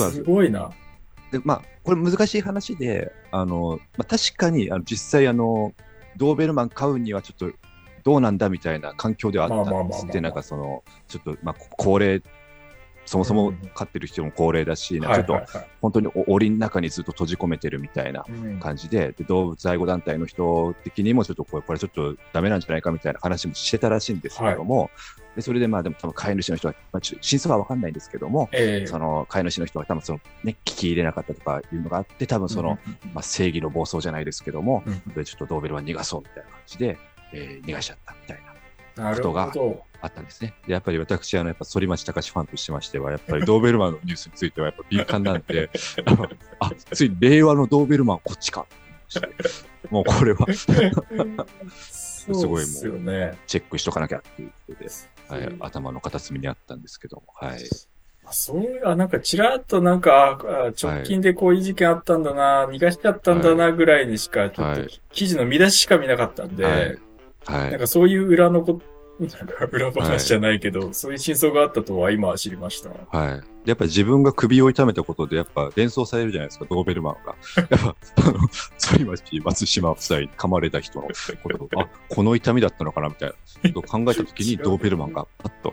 [SPEAKER 1] すごいな。
[SPEAKER 2] で、これ難しい話で、確かに実際ドーベルマン飼うにはちょっとどうなんだみたいな環境ではあったんですって、なんかちょっと高齢、そもそも飼ってる人も高齢だし、ちょっと本当に檻の中にずっと閉じ込めてるみたいな感じで、動物愛護団体の人的にもちょっとこれちょっとダメなんじゃないかみたいな話もしてたらしいんですけども、でそれででも多分飼い主の人は、真相は分かんないんですけども、その飼い主の人は多分聞き入れなかったとかいうのがあって、多分正義の暴走じゃないですけども、でちょっとドーベルは逃がそうみたいな感じで、逃がしちゃったみたいなことがあったんですね。でやっぱり私やっぱ反町隆史ファンとしましては、やっぱりドーベルマンのニュースについてはやっぱ敏感なんでついに令和のドーベルマンこっちかもうこれはすごいもうチェックしとかなきゃっていうことで、頭の片隅にあったんですけども、
[SPEAKER 1] そういう、なんかちらっとなんか、直近でこういう事件あったんだな、逃がしちゃったんだなぐらいにしか、ちょっと記事の見出ししか見なかったんで、なんかそういう裏のなんか裏話じゃないけど、そういう真相があったとは今知りました。
[SPEAKER 2] はい。やっぱり自分が首を痛めたことで、やっぱ連想されるじゃないですか、ドーベルマンが。やっぱ、反町松島夫妻に噛まれた人のこと、この痛みだったのかなみたいなことを考えたときに、ドーベルマンがパッと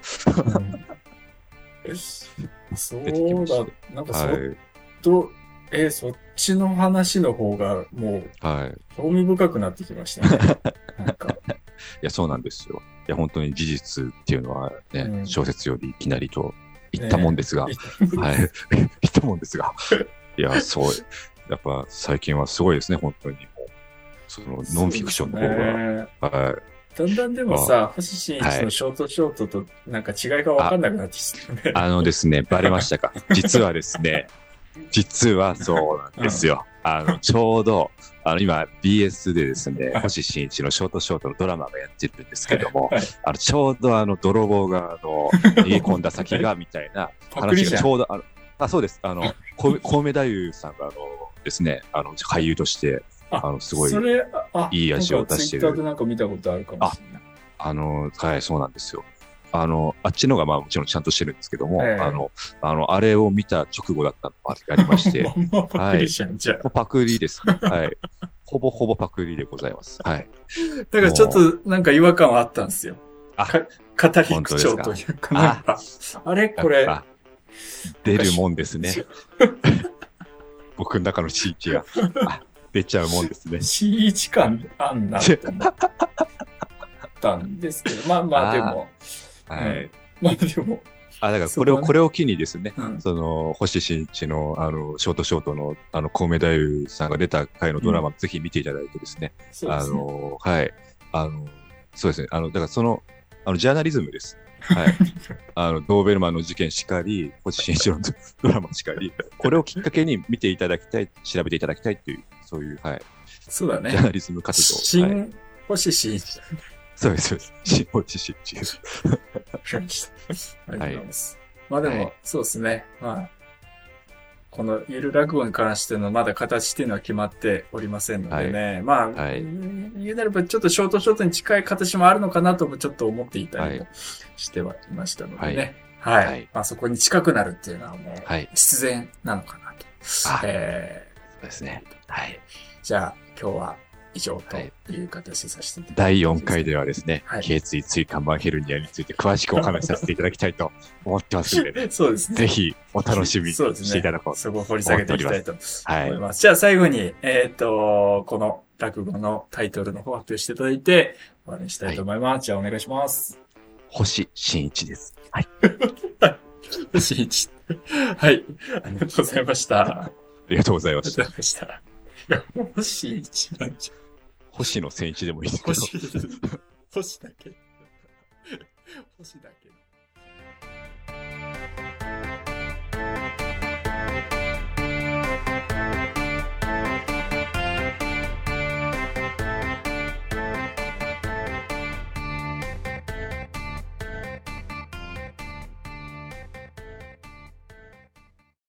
[SPEAKER 1] そう
[SPEAKER 2] 出てきました。
[SPEAKER 1] なんかそっちの話の方がもう、興味深くなってきましたね。なんか
[SPEAKER 2] いや、そうなんですよ。いや、本当に事実っていうのはね、小説よりいきなりと言ったもんですが、言ったもんですが、いや、そう、やっぱ最近はすごいですね、本当にもう、そのノンフィクションの方が、
[SPEAKER 1] だんだんでもさ、星新一のショートとなんか違いが分かんなくなってきてね。
[SPEAKER 2] ですね、バレましたか。実はですね、実はそうなんですよ。ちょうど、今 BS でですね、星新一のショートのドラマがやってるんですけども、ちょうど泥棒が逃げ込んだ先がみたいな話がちょうど、そうです。コウメ太夫さんがですね、俳優として、すごいいい味を出してる。
[SPEAKER 1] ツイッターでなんか見たことあるかもしれない。
[SPEAKER 2] はい、そうなんですよ。あっちのがまあもちろんちゃんとしてるんですけども、あれを見た直後だったのがありまして、
[SPEAKER 1] パクリじゃん、じゃあ。
[SPEAKER 2] パクリですね。はい。ほぼほぼパクリでございます。はい。
[SPEAKER 1] だからちょっとなんか違和感はあったんですよ。語り口調というか、なんか、あれこれ。
[SPEAKER 2] 出るもんですね。僕の中の地域が。出ちゃうもんですね。
[SPEAKER 1] C1 感あんなって思ったんですけど、まあでも、まあでも。
[SPEAKER 2] だからこれを機にですね、星新一のショートのコウメ太夫さんが出た回のドラマ、ぜひ見ていただいてですね、はい、そうですね、だからジャーナリズムです。はい。ドーベルマンの事件しかり、星新一のドラマしかり、これをきっかけに見ていただきたい、調べていただきたいっていう、そういう、
[SPEAKER 1] そうだね。
[SPEAKER 2] ジャーナリズム活動。
[SPEAKER 1] 新星新一。
[SPEAKER 2] そうです、新星新一です。
[SPEAKER 1] ありがとうございます。まあでも、そうですね。まあ、このゆる落語に関してのまだ形っていうのは決まっておりませんのでね。まあ、言うなればちょっとショートに近い形もあるのかなともちょっと思っていたりもしてはいましたのでね。はい。まあそこに近くなるっていうのはもう必然なのかなと。
[SPEAKER 2] そうですね。はい。
[SPEAKER 1] じゃあ今日は以上という形でさせていただきます。
[SPEAKER 2] 第4回ではですね、頸椎椎間板ヘルニアについて詳しくお話しさせていただきたいと思ってますので、
[SPEAKER 1] そうですね。
[SPEAKER 2] ぜひお楽しみにしていただこうと。
[SPEAKER 1] そこを掘り下げていきたいと思います。じゃあ最後に、この落語のタイトルの方を発表していただいて、終わりにしたいと思います。じゃあお願いします。
[SPEAKER 2] 星新一です。はい。
[SPEAKER 1] 星新一。はい。ありがとうございました。
[SPEAKER 2] ありがとうございました。
[SPEAKER 1] いや、星一なんじゃ。
[SPEAKER 2] 星野千一でもいいですけど。
[SPEAKER 1] 星だけ。星だけ。